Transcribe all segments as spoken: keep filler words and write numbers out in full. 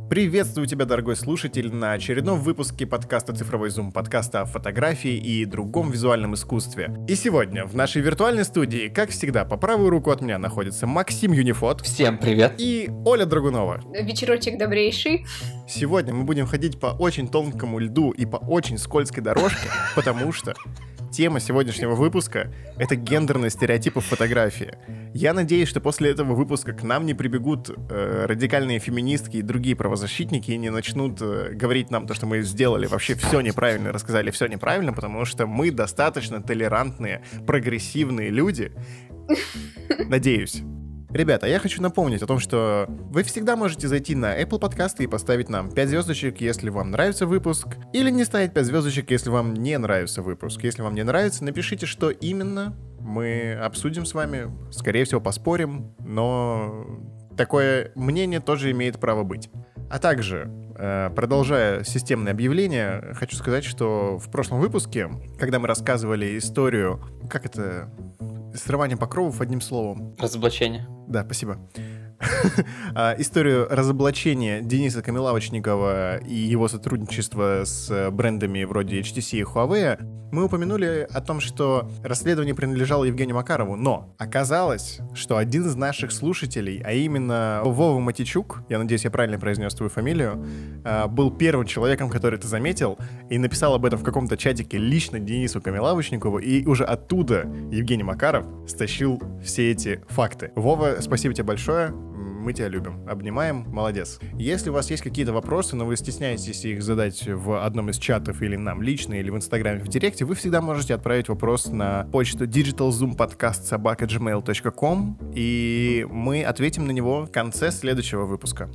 Приветствую тебя, дорогой слушатель, на очередном выпуске подкаста «Цифровой зум», подкаста о фотографии и другом визуальном искусстве. И сегодня в нашей виртуальной студии, как всегда, по правую руку от меня находится Максим Юнифот. Всем привет. И Оля Драгунова. Вечерочек добрейший. Сегодня мы будем ходить по очень тонкому льду и по очень скользкой дорожке, потому что тема сегодняшнего выпуска — это гендерные стереотипы в фотографии. Я надеюсь, что после этого выпуска к нам не прибегут э, радикальные феминистки и другие правозащитники и не начнут э, говорить нам то, что мы сделали вообще все неправильно, рассказали все неправильно, потому что мы достаточно толерантные, прогрессивные люди. Надеюсь. Ребята, я хочу напомнить о том, что вы всегда можете зайти на Apple подкасты и поставить нам пять звездочек, если вам нравится выпуск, или не ставить пять звездочек, если вам не нравится выпуск. Если вам не нравится, напишите, что именно, мы обсудим с вами, скорее всего, поспорим, но такое мнение тоже имеет право быть. А также, продолжая системное объявление, хочу сказать, что в прошлом выпуске, когда мы рассказывали историю, как это... Срывание покровов, одним словом. Разоблачение. Да, спасибо. Историю разоблачения Дениса Камилавочникова и его сотрудничества с брендами вроде эйч ти си и Huawei, мы упомянули о том, что расследование принадлежало Евгению Макарову, но оказалось, что один из наших слушателей, а именно Вова Матичук, я надеюсь, я правильно произнес твою фамилию, был первым человеком, который это заметил и написал об этом в каком-то чатике лично Денису Камилавочникову, и уже оттуда Евгений Макаров стащил все эти факты. Вова, спасибо тебе большое. Мы тебя любим, обнимаем, молодец. Если у вас есть какие-то вопросы, но вы стесняетесь их задать в одном из чатов или нам лично, или в Инстаграме в Директе, вы всегда можете отправить вопрос на почту диджитал зум подкаст собака джимейл точка ком, и мы ответим на него в конце следующего выпуска.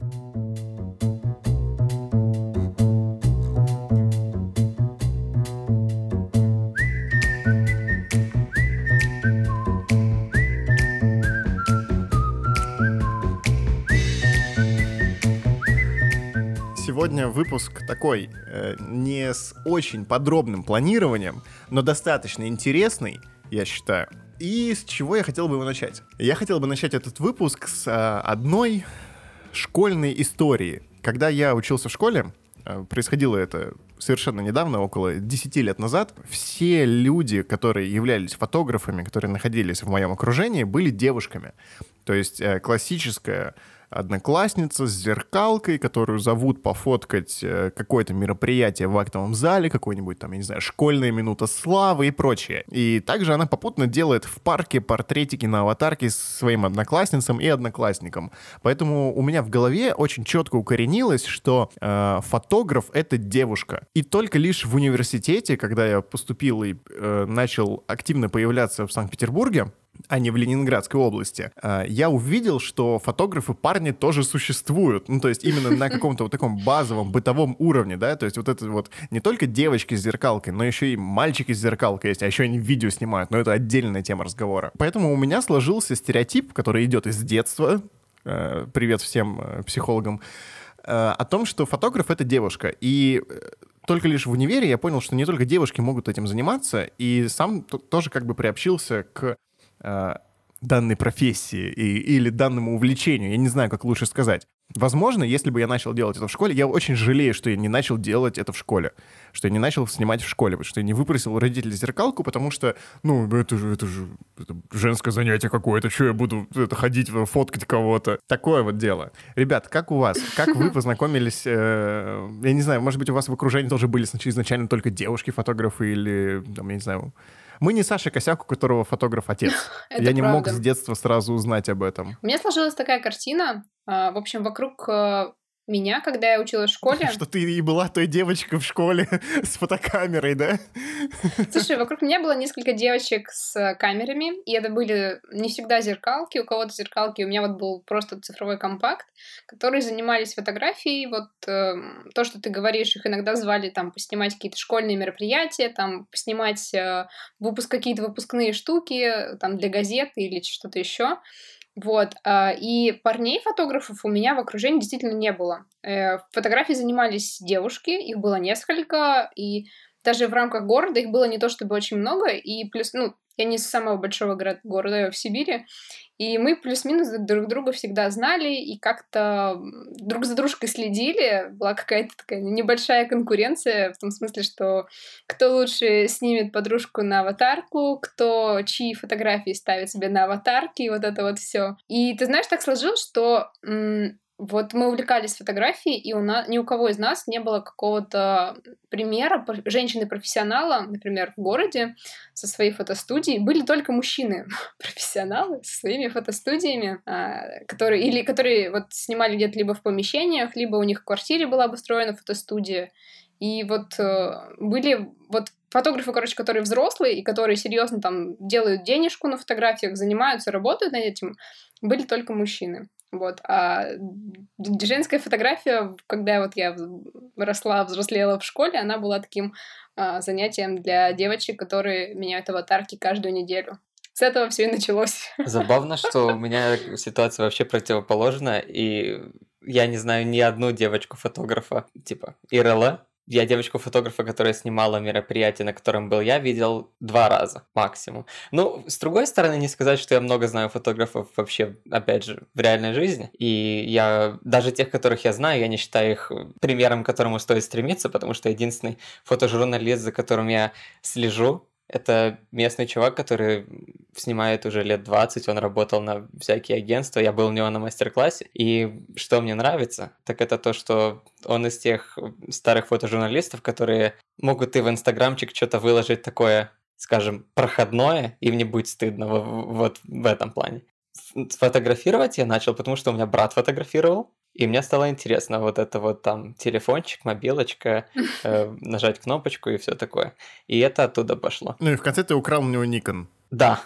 Сегодня выпуск такой, э, не с очень подробным планированием, но достаточно интересный, я считаю. И с чего я хотел бы его начать? Я хотел бы начать этот выпуск с э, одной школьной истории. Когда я учился в школе, э, происходило это совершенно недавно, около десять лет назад, все люди, которые являлись фотографами, которые находились в моем окружении, были девушками. То есть э, классическая одноклассница с зеркалкой, которую зовут пофоткать э, какое-то мероприятие в актовом зале, какой-нибудь там, я не знаю, школьная минута славы и прочее. И также она попутно делает в парке портретики на аватарке с своим одноклассницам и одноклассникам. Поэтому у меня в голове очень четко укоренилось, что э, фотограф — это девушка. И только лишь в университете, когда я поступил и э, начал активно появляться в Санкт-Петербурге, а не в Ленинградской области, я увидел, что фотографы-парни тоже существуют. Ну, то есть именно на каком-то вот таком базовом, бытовом уровне, да, то есть вот это вот не только девочки с зеркалкой, но еще и мальчики с зеркалкой есть, а еще они видео снимают, но это отдельная тема разговора. Поэтому у меня сложился стереотип, который идет из детства, привет всем психологам, о том, что фотограф — это девушка. И только лишь в универе я понял, что не только девушки могут этим заниматься, и сам тоже как бы приобщился к данной профессии и, или данному увлечению. Я не знаю, как лучше сказать. Возможно, если бы я начал делать это в школе, я очень жалею, что я не начал делать это в школе, что я не начал снимать в школе, что я не выпросил у родителей зеркалку, потому что, ну, это же, это же это женское занятие какое-то, что я буду это, ходить, фоткать кого-то. Такое вот дело. Ребят, как у вас? Как вы познакомились? Э, я не знаю, может быть, у вас в окружении тоже были изначально только девушки-фотографы или, там, я не знаю... Мы не Саша Косяк, у которого фотограф отец. Я не мог с детства сразу узнать об этом. У меня сложилась такая картина. В общем, вокруг меня, когда я училась в школе... Что ты и была той девочкой в школе с фотокамерой, да? Слушай, вокруг меня было несколько девочек с камерами, и это были не всегда зеркалки, у кого-то зеркалки, у меня вот был просто цифровой компакт, которые занимались фотографией, вот э, то, что ты говоришь, их иногда звали там поснимать какие-то школьные мероприятия, там поснимать э, выпуск, какие-то выпускные штуки, там для газеты или что-то еще. Вот, и парней-фотографов у меня в окружении действительно не было. Фотографией занимались девушки, их было несколько, и даже в рамках города их было не то чтобы очень много, и плюс, ну, я не из самого большого города в Сибири, И мы плюс-минус друг друга всегда знали и как-то друг за дружкой следили. Была какая-то такая небольшая конкуренция, в том смысле, что кто лучше снимет подружку на аватарку, кто чьи фотографии ставит себе на аватарки, и вот это вот все. И ты знаешь, так сложилось, что м- вот мы увлекались фотографией, и у нас, ни у кого из нас не было какого-то примера женщины-профессионала, например, в городе со своей фотостудией. Были только мужчины-профессионалы со своими фотостудиями, которые, или которые вот снимали где-то либо в помещениях, либо у них в квартире была обустроена фотостудия. И вот были вот фотографы, короче, которые взрослые и которые серьезно там делают денежку на фотографиях, занимаются, работают над этим, были только мужчины. Вот. А женская фотография, когда вот я росла, взрослела в школе, она была таким а, занятием для девочек, которые меняют аватарки каждую неделю. С этого все и началось. Забавно, что у меня ситуация вообще противоположна, и я не знаю ни одну девочку-фотографа, типа ИРЛ. Я девочку-фотографа, которая снимала мероприятие, на котором был я, видел два раза максимум. Ну, с другой стороны, не сказать, что я много знаю фотографов вообще, опять же, в реальной жизни. И я, даже тех, которых я знаю, я не считаю их примером, к которому стоит стремиться, потому что единственный фотожурналист, за которым я слежу, это местный чувак, который снимает уже лет двадцать, он работал на всякие агентства, я был у него на мастер-классе, и что мне нравится, так это то, что он из тех старых фотожурналистов, которые могут и в инстаграмчик что-то выложить такое, скажем, проходное, и мне будет стыдно вот в этом плане. Сфотографировать я начал, потому что у меня брат фотографировал, и мне стало интересно вот это вот там телефончик, мобилочка, э, нажать кнопочку и все такое. И это оттуда пошло. Ну и в конце ты украл у него Nikon. Да,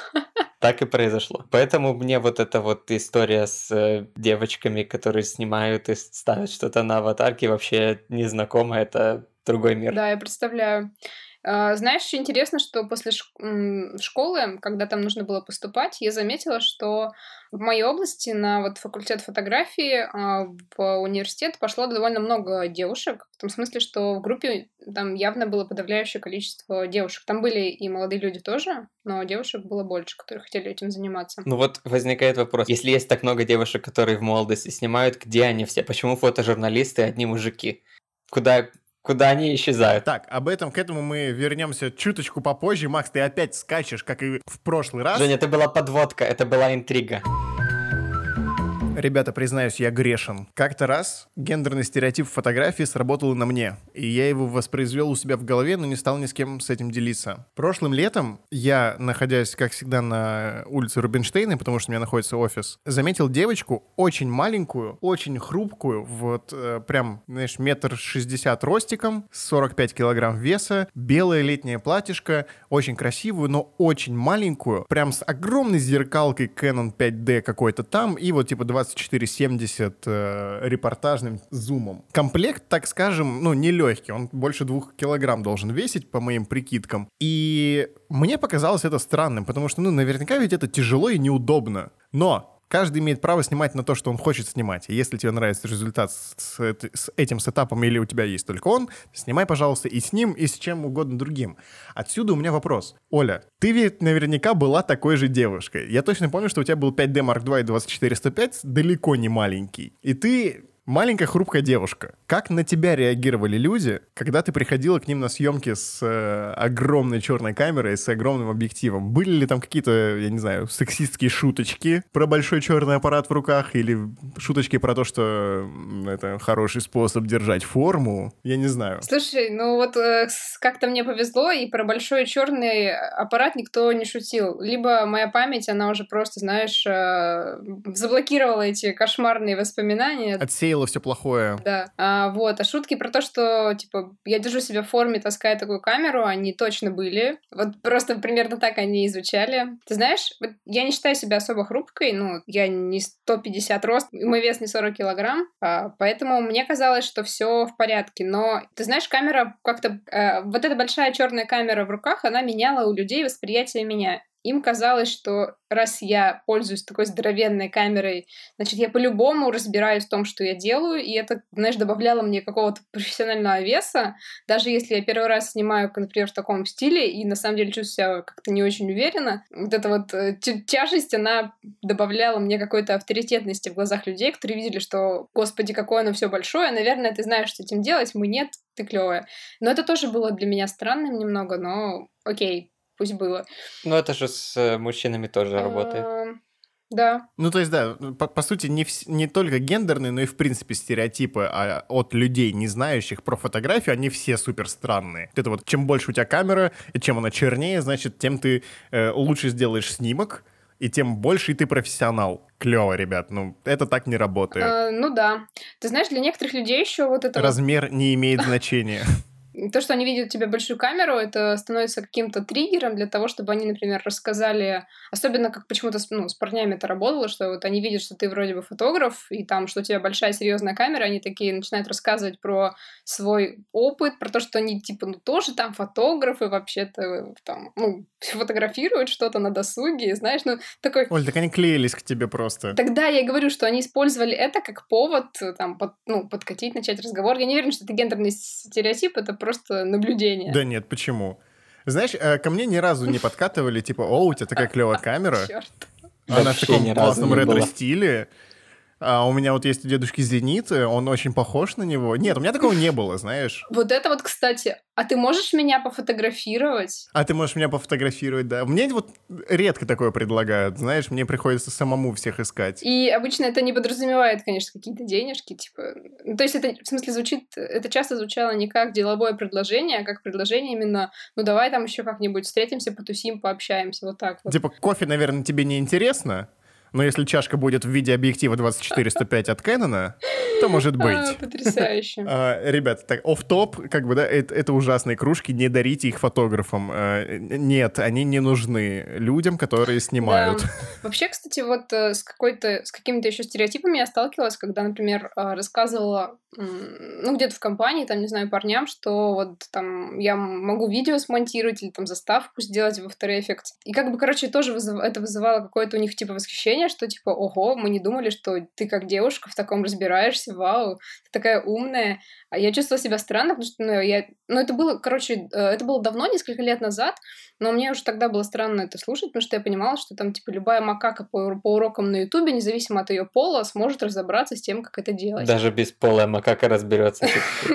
так и произошло. Поэтому мне вот эта вот история с э, девочками, которые снимают и ставят что-то на аватарке, вообще не знакома, это другой мир. Да, я представляю. Знаешь, еще интересно, что после школы, когда там нужно было поступать, я заметила, что в моей области на вот факультет фотографии в университет пошло довольно много девушек, в том смысле, что в группе там явно было подавляющее количество девушек. Там были и молодые люди тоже, но девушек было больше, которые хотели этим заниматься. Ну вот возникает вопрос, если есть так много девушек, которые в молодости снимают, где они все? Почему фотожурналисты одни мужики? Куда... Куда они исчезают? Так, об этом, к этому мы вернемся чуточку попозже. Макс, ты опять скачешь, как и в прошлый раз. Женя, это была подводка, это была интрига. Ребята, признаюсь, я грешен. Как-то раз гендерный стереотип в фотографии сработал на мне, и я его воспроизвел у себя в голове, но не стал ни с кем с этим делиться. Прошлым летом я, находясь, как всегда, на улице Рубинштейна, потому что у меня находится офис, заметил девочку очень маленькую, очень хрупкую, вот э, прям, знаешь, метр шестьдесят ростиком, сорок пять килограмм веса, белое летнее платьишко, очень красивую, но очень маленькую, прям с огромной зеркалкой Canon пять дэ какой-то там, и вот типа двадцать четыре семьдесят э, репортажным зумом. Комплект, так скажем, ну, нелегкий, он больше двух килограмм должен весить, по моим прикидкам. И мне показалось это странным, потому что, ну, наверняка ведь это тяжело и неудобно. Но каждый имеет право снимать на то, что он хочет снимать. И если тебе нравится результат с, с, с этим сетапом, или у тебя есть только он, снимай, пожалуйста, и с ним, и с чем угодно другим. Отсюда у меня вопрос. Оля, ты ведь наверняка была такой же девушкой. Я точно помню, что у тебя был пять дэ Mark два и двадцать четыре сто пять, далеко не маленький. И ты... маленькая хрупкая девушка. Как на тебя реагировали люди, когда ты приходила к ним на съемки с э, огромной черной камерой, с огромным объективом? Были ли там какие-то, я не знаю, сексистские шуточки про большой черный аппарат в руках? Или шуточки про то, что это хороший способ держать форму? Я не знаю. Слушай, ну вот э, как-то мне повезло, и про большой черный аппарат никто не шутил. Либо моя память, она уже просто, знаешь, э, заблокировала эти кошмарные воспоминания. Отсеяла все плохое. Да. А, вот. А шутки про то, что, типа, я держу себя в форме, таская такую камеру, они точно были. Вот просто примерно так они и звучали. Ты знаешь, вот я не считаю себя особо хрупкой, ну, я не сто пятьдесят рост, и мой вес не сорок килограмм, а, поэтому мне казалось, что все в порядке. Но, ты знаешь, камера как-то... Э, вот эта большая черная камера в руках, она меняла у людей восприятие меня. им казалось, что раз я пользуюсь такой здоровенной камерой, значит, я по-любому разбираюсь в том, что я делаю, и это, знаешь, добавляло мне какого-то профессионального веса, даже если я первый раз снимаю, например, в таком стиле, и на самом деле чувствую себя как-то не очень уверенно, вот эта вот тяжесть, она добавляла мне какой-то авторитетности в глазах людей, которые видели, что, господи, какое оно все большое, наверное, ты знаешь, что этим делать, мы нет, ты клевая. Но это тоже было для меня странным немного, но окей. Пусть было. Ну, это же с мужчинами тоже работает. Да. Ну, то есть, да, по, по сути, не, вс- не только гендерные, но и, в принципе, стереотипы а, от людей, не знающих про фотографию, они все супер странные. Это вот, чем больше у тебя камера, и чем она чернее, значит, тем ты э, лучше сделаешь снимок, и тем больше и ты профессионал. Клево, ребят, ну, это так не работает. А, ну да. Ты знаешь, для некоторых людей еще вот это Размер вот... не имеет значения. То, что они видят у тебя большую камеру, это становится каким-то триггером для того, чтобы они, например, рассказали, особенно как почему-то с, ну, с парнями это работало, что вот они видят, что ты вроде бы фотограф, и там, что у тебя большая серьезная камера, они такие начинают рассказывать про свой опыт, про то, что они, типа, ну, тоже там фотографы, вообще-то, там, ну, фотографируют что-то на досуге, знаешь, ну, такой... Оль, так они клеились к тебе просто. Тогда я и говорю, что они использовали это как повод, там, под, ну, подкатить, начать разговор. Я не уверена, что это гендерный стереотип, это просто наблюдение. Да нет, почему? Знаешь, ко мне ни разу не подкатывали, типа, о, у тебя такая клевая камера. Чёрт. Она в таком классном ретро-стиле. А у меня вот есть у дедушки «Зенит», он очень похож на него. Нет, у меня такого не было, знаешь. Вот это вот, кстати, а ты можешь меня пофотографировать? А ты можешь меня пофотографировать, да. Мне вот редко такое предлагают, знаешь, мне приходится самому всех искать. И обычно это не подразумевает, конечно, какие-то денежки, типа... То есть это, в смысле, звучит... Это часто звучало не как деловое предложение, а как предложение именно, ну, давай там еще как-нибудь встретимся, потусим, пообщаемся, вот так вот. Типа, кофе, наверное, тебе не интересно? Но если чашка будет в виде объектива двадцать четыре сто пять от Canon, то может быть. А, потрясающе. А, ребята, так, офф-топ, как бы, да, это, это ужасные кружки, не дарите их фотографам. А, нет, они не нужны людям, которые снимают. Да. Вообще, кстати, вот с какой-то, с какими-то еще стереотипами я сталкивалась, когда, например, рассказывала, ну, где-то в компании, там, не знаю, парням, что вот там я могу видео смонтировать или там заставку сделать в After Effects. И как бы, короче, тоже вызыв... это вызывало какое-то у них, типа, восхищение, что, типа, ого, мы не думали, что ты как девушка в таком разбираешься, вау, ты такая умная. А я чувствовала себя странно, потому что, ну, я... Ну, это было, короче, это было давно, несколько лет назад, но мне уже тогда было странно это слушать, потому что я понимала, что там, типа, любая макака по, по урокам на Ютубе, независимо от ее пола, сможет разобраться с тем, как это делать. Даже бесполая макака разберется.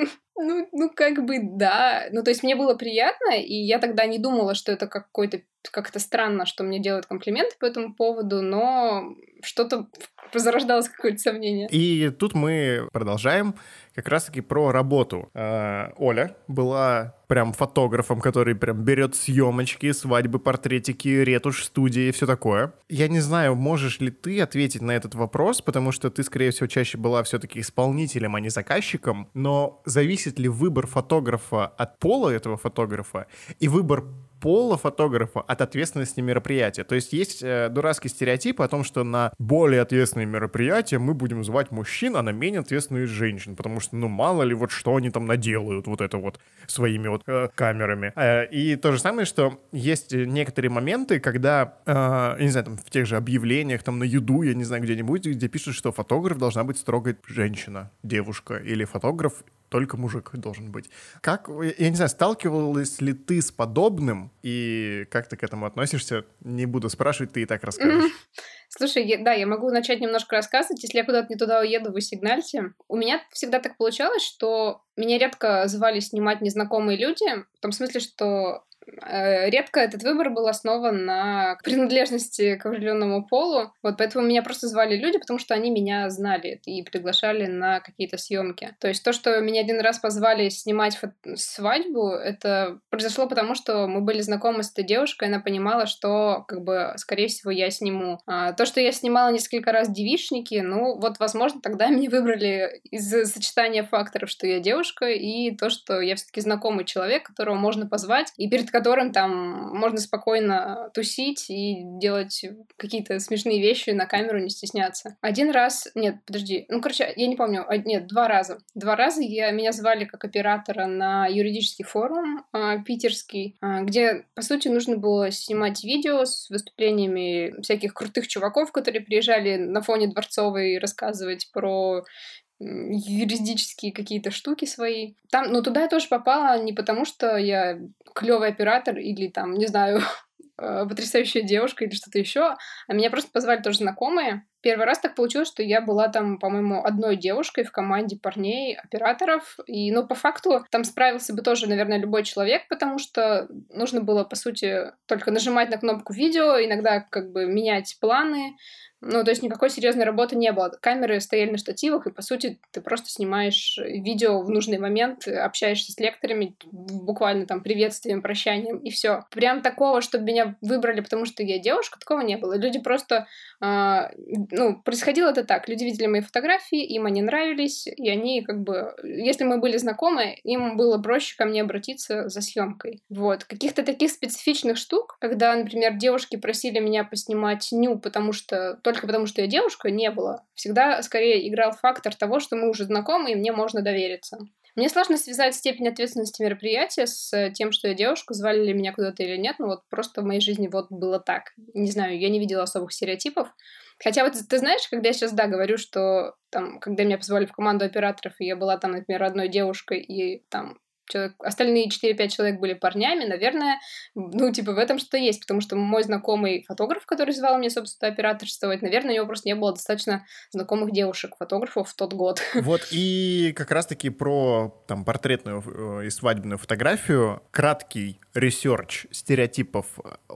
Ну, ну, как бы, да. Ну, то есть мне было приятно, и я тогда не думала, что это какой-то как-то странно, что мне делают комплименты по этому поводу, но что-то зарождалось, какое-то сомнение. И тут мы продолжаем как раз-таки про работу. Э, Оля была прям фотографом, который прям берет съемочки, свадьбы, портретики, ретушь, студии и все такое. Я не знаю, можешь ли ты ответить на этот вопрос, потому что ты, скорее всего, чаще была все-таки исполнителем, а не заказчиком, но зависит ли выбор фотографа от пола этого фотографа и выбор пола фотографа от ответственности мероприятия. То есть есть э, дурацкий стереотип о том, что на более ответственные мероприятия мы будем звать мужчин, а на менее ответственные женщин, потому что, ну, мало ли вот что они там наделают вот это вот своими вот э, камерами. Э, и то же самое, что есть некоторые моменты, когда, э, я не знаю, там в тех же объявлениях, там на Юду, я не знаю, где-нибудь, где пишут, что фотограф должна быть строго женщина, девушка, или фотограф только мужик должен быть. Как, я не знаю, сталкивалась ли ты с подобным, и как ты к этому относишься? Не буду спрашивать, ты и так расскажешь. Слушай, я, да, я могу начать немножко рассказывать. Если я куда-то не туда уеду, вы сигнальте. У меня всегда так получалось, что меня редко звали снимать незнакомые люди, в том смысле, что редко этот выбор был основан на принадлежности к определенному полу. Вот поэтому меня просто звали люди, потому что они меня знали и приглашали на какие-то съемки. То есть то, что меня один раз позвали снимать фо- свадьбу, это произошло потому, что мы были знакомы с этой девушкой, она понимала, что, как бы, скорее всего, я сниму. А то, что я снимала несколько раз девичники, ну, вот, возможно, тогда меня выбрали из-за сочетания факторов, что я девушка, и то, что я все-таки знакомый человек, которого можно позвать, и перед которым там можно спокойно тусить и делать какие-то смешные вещи на камеру, не стесняться. Один раз... Нет, подожди. Ну, короче, я не помню. Нет, два раза. Два раза я, меня звали как оператора на юридический форум э, питерский, э, где, по сути, нужно было снимать видео с выступлениями всяких крутых чуваков, которые приезжали на фоне Дворцовой рассказывать про юридические какие-то штуки свои. Там, ну, туда я тоже попала не потому, что я клевый оператор или там, не знаю, потрясающая девушка или что-то еще, а меня просто позвали тоже знакомые. Первый раз так получилось, что я была там, по-моему, одной девушкой в команде парней-операторов. И, ну, по факту, там справился бы тоже, наверное, любой человек, потому что нужно было, по сути, только нажимать на кнопку видео, иногда как бы менять планы. Ну, то есть никакой серьезной работы не было. Камеры стояли на штативах, и, по сути, ты просто снимаешь видео в нужный момент, общаешься с лекторами, буквально там приветствием, прощанием, и все. Прям такого, чтобы меня выбрали, потому что я девушка, такого не было. Люди просто... Э, ну, происходило это так. Люди видели мои фотографии, им они нравились, и они как бы... Если мы были знакомы, им было проще ко мне обратиться за съемкой. Вот. Каких-то таких специфичных штук, когда, например, девушки просили меня поснимать ню, потому что только потому, что я девушка, не было. Всегда скорее играл фактор того, что мы уже знакомы, и мне можно довериться. Мне сложно связать степень ответственности мероприятия с тем, что я девушка, звали ли меня куда-то или нет, но вот просто в моей жизни вот было так. Не знаю, я не видела особых стереотипов. Хотя вот ты знаешь, когда я сейчас, да, говорю, что там, когда меня позвали в команду операторов, и я была там, например, одной девушкой, и там человек, остальные четыре-пять человек были парнями, наверное, ну, типа, в этом что-то есть, потому что мой знакомый фотограф, который звал меня, собственно, операторствовать, наверное, у него просто не было достаточно знакомых девушек-фотографов в тот год. Вот, и как раз-таки про там портретную и свадебную фотографию, краткий ресерч стереотипов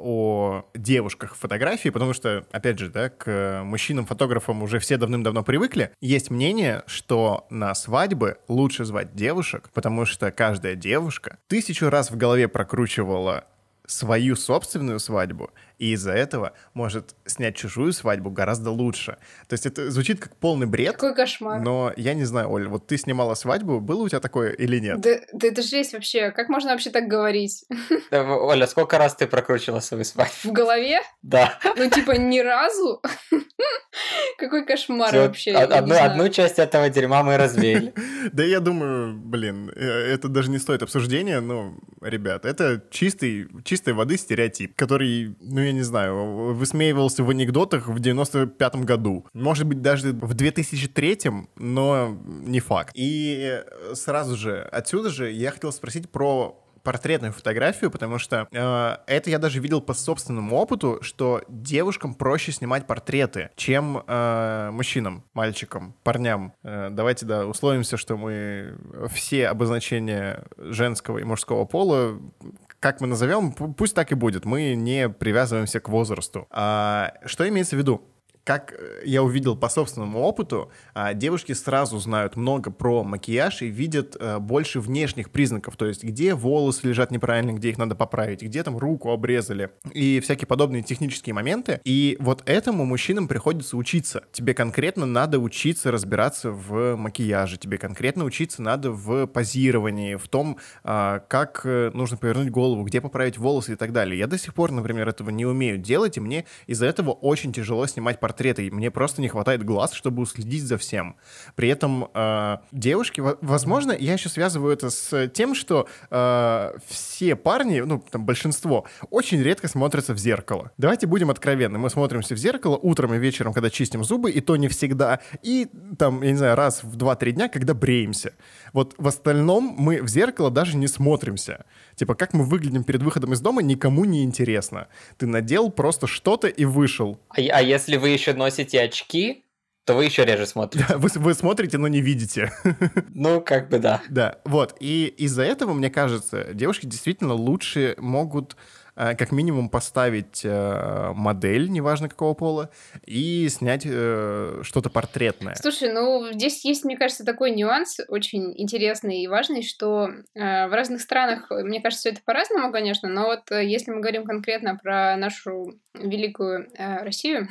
о девушках в фотографии, потому что, опять же, да, к мужчинам-фотографам уже все давным-давно привыкли. Есть мнение, что на свадьбы лучше звать девушек, потому что каждая девушка тысячу раз в голове прокручивала свою собственную свадьбу, и из-за этого может снять чужую свадьбу гораздо лучше. То есть это звучит как полный бред. Какой кошмар. Но я не знаю, Оль, вот ты снимала свадьбу, было у тебя такое или нет? Да, да это жесть вообще. Как можно вообще так говорить? Да, Оля, сколько раз ты прокручивала свою свадьбу? В голове? Да. Ну, типа, ни разу? Какой кошмар вообще. Одну, одну часть этого дерьма мы развеяли. Да я думаю, блин, это даже не стоит обсуждения, но, ребят, это чистый, чистой воды стереотип, который, ну, я не знаю, высмеивался в анекдотах в девяносто пятом году. Может быть, даже в две тысячи третьем, но не факт. И сразу же, отсюда же я хотел спросить про портретную фотографию, потому что э, это я даже видел по собственному опыту, что девушкам проще снимать портреты, чем э, мужчинам, мальчикам, парням. Э, давайте, да, условимся, что мы все обозначения женского и мужского пола, как мы назовем, пусть так и будет. Мы не привязываемся к возрасту. А, что имеется в виду? Как я увидел по собственному опыту, девушки сразу знают много про макияж и видят больше внешних признаков, то есть где волосы лежат неправильно, где их надо поправить, где там руку обрезали и всякие подобные технические моменты. И вот этому мужчинам приходится учиться. Тебе конкретно надо учиться разбираться в макияже, тебе конкретно учиться надо в позировании, в том, как нужно повернуть голову, где поправить волосы и так далее. Я до сих пор, например, этого не умею делать, и мне из-за этого очень тяжело снимать портреты. Портреты, и мне просто не хватает глаз, чтобы уследить за всем. При этом э, девушки, возможно, я еще связываю это с тем, что э, все парни, ну, там, большинство, очень редко смотрятся в зеркало. Давайте будем откровенны. Мы смотримся в зеркало утром и вечером, когда чистим зубы, и то не всегда. И там, я не знаю, раз в два-три дня, когда бреемся. Вот в остальном мы в зеркало даже не смотримся. Типа, как мы выглядим перед выходом из дома, никому не интересно. Ты надел просто что-то и вышел. А, а если вы еще носите очки, то вы еще реже смотрите. Да, вы, вы смотрите, но не видите. Ну, как бы да. Да, вот. И из-за этого, мне кажется, девушки действительно лучше могут э, как минимум поставить э, модель, неважно какого пола, и снять э, что-то портретное. Слушай, ну здесь есть, мне кажется, такой нюанс очень интересный и важный, что э, в разных странах, мне кажется, все это по-разному, конечно, но вот э, если мы говорим конкретно про нашу великую э, Россию,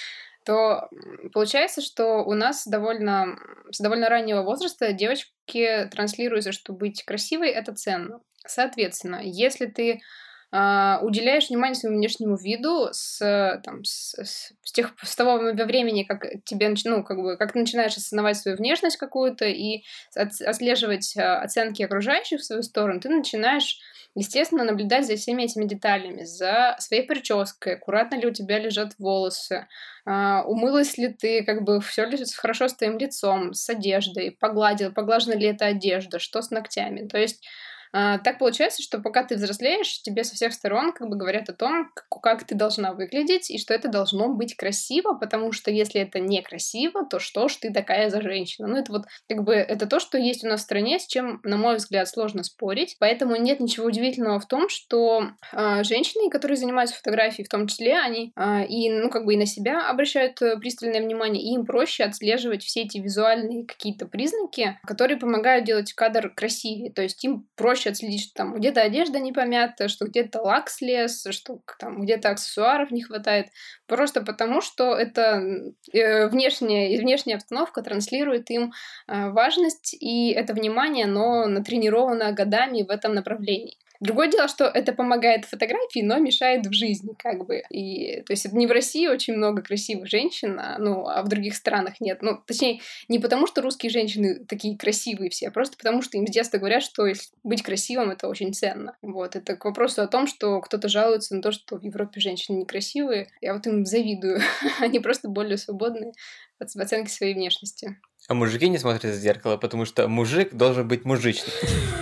то получается, что у нас довольно, с довольно раннего возраста девочки транслируются, что быть красивой — это ценно. Соответственно, если ты а, уделяешь внимание своему внешнему виду с, там, с, с, с, тех, с того времени, как тебе, ну, как бы, как ты начинаешь осознавать свою внешность какую-то и от, отслеживать а, оценки окружающих в свою сторону, ты начинаешь, естественно, наблюдать за всеми этими деталями, за своей прической, аккуратно ли у тебя лежат волосы, а, умылась ли ты, как бы, все ли хорошо с твоим лицом, с одеждой, погладила, поглажена ли эта одежда, что с ногтями. То есть а, так получается, что пока ты взрослеешь, тебе со всех сторон как бы говорят о том, как, как ты должна выглядеть, и что это должно быть красиво, потому что если это некрасиво, то что ж ты такая за женщина? Ну, это вот как бы это то, что есть у нас в стране, с чем, на мой взгляд, сложно спорить. Поэтому нет ничего удивительного в том, что а, женщины, которые занимаются фотографией, в том числе, они а, и, ну, как бы и на себя обращают пристальное внимание, и им проще отслеживать все эти визуальные какие-то признаки, которые помогают делать кадр красивее. То есть им проще отследить, что там где-то одежда не помята, что где-то лак слез, что там где-то аксессуаров не хватает. Просто потому, что это э, внешняя, и внешняя обстановка транслирует им э, важность, и это внимание, оно натренировано годами в этом направлении. Другое дело, что это помогает в фотографии, но мешает в жизни, как бы. И, то есть не в России очень много красивых женщин, а, ну, а в других странах нет. Ну, точнее, не потому, что русские женщины такие красивые все, а просто потому, что им с детства говорят, что быть красивым — это очень ценно. Вот. Это к вопросу о том, что кто-то жалуется на то, что в Европе женщины некрасивые. Я вот им завидую. Они просто более свободны в оценке своей внешности. А мужики не смотрят в зеркало, потому что мужик должен быть мужичным.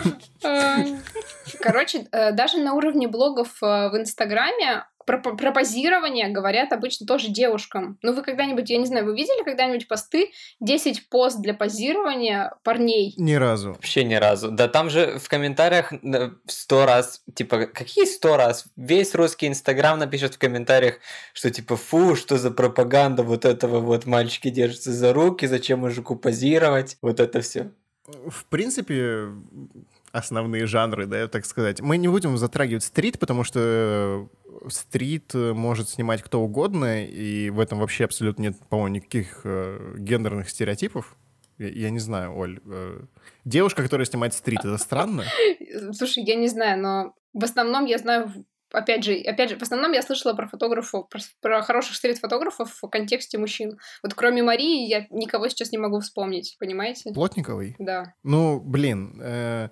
Короче, даже на уровне блогов в Инстаграме про, про позирование говорят обычно тоже девушкам. Ну, вы когда-нибудь, я не знаю, вы видели когда-нибудь посты десять поз для позирования парней? Ни разу. Вообще ни разу. Да там же в комментариях сто раз, типа, какие сто раз? Весь русский Инстаграм напишет в комментариях, что типа, фу, что за пропаганда вот этого вот, мальчики держатся за руки, зачем мужику позировать, вот это все. В принципе, основные жанры, да, так сказать. Мы не будем затрагивать стрит, потому что стрит может снимать кто угодно, и в этом вообще абсолютно нет, по-моему, никаких э, гендерных стереотипов. Я, я не знаю, Оль. Э, девушка, которая снимает стрит, это странно? Слушай, я не знаю, но в основном я знаю... Опять же, опять же, в основном я слышала про фотографов, про, про хороших стрит-фотографов в контексте мужчин. Вот кроме Марии я никого сейчас не могу вспомнить, понимаете? Плотниковой? Да. Ну, блин, э,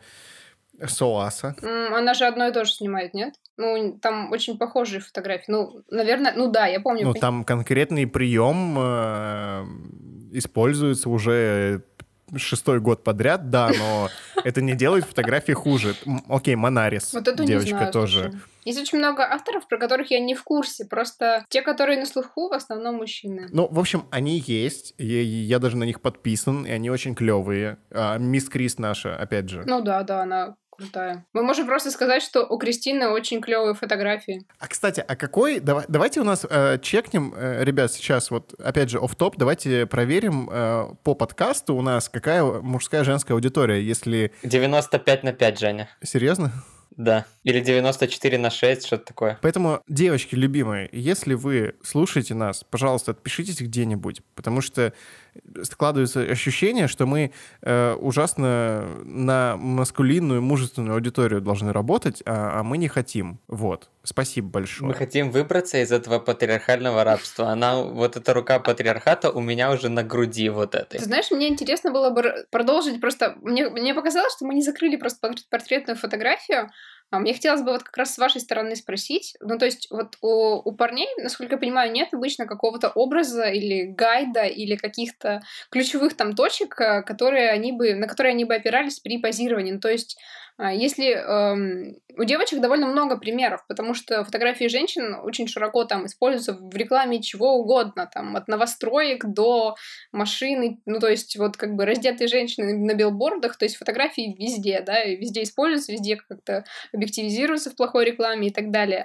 Соаса. Она же одно и то же снимает, нет? Ну, там очень похожие фотографии. Ну, наверное, ну да, я помню. Ну, там конкретный прием э, используется уже шестой год подряд, да, но это не делает фотографии хуже. Окей, Монарис. Вот эту девочка не знаю, тоже. слушай. Есть очень много авторов, про которых я не в курсе. Просто те, которые на слуху, в основном мужчины. Ну, в общем, они есть. Я, я даже на них подписан, и они очень клевые. А, мисс Крис наша, опять же. Ну да, да, она крутая. Мы можем просто сказать, что у Кристины очень клевые фотографии. А, кстати, а какой... Давай, давайте у нас э, чекнем, э, ребят, сейчас вот, опять же, офф-топ, давайте проверим э, по подкасту у нас, какая мужская, женская аудитория, если... девяносто пять на пять, Женя. Серьезно? Да. Или девяносто четыре на шесть, что-то такое. Поэтому, девочки любимые, если вы слушаете нас, пожалуйста, отпишитесь где-нибудь, потому что складывается ощущение, что мы э, ужасно на маскулинную, мужественную аудиторию должны работать, а, а мы не хотим. Вот. Спасибо большое. Мы хотим выбраться из этого патриархального рабства. Она, вот эта рука патриархата у меня уже на груди вот этой. Ты знаешь, мне интересно было бы продолжить просто... Мне, мне показалось, что мы не закрыли просто портретную фотографию. А мне хотелось бы вот как раз с вашей стороны спросить. Ну, то есть вот у, у парней, насколько я понимаю, нет обычно какого-то образа или гайда, или каких-то ключевых там точек, которые они бы, на которые они бы опирались при позировании. Ну, то есть если эм, у девочек довольно много примеров, потому что фотографии женщин очень широко там используются в рекламе чего угодно, там от новостроек до машины, ну то есть вот как бы раздетые женщины на билбордах, то есть фотографии везде, да, и везде используются, везде как-то объективизируются в плохой рекламе и так далее.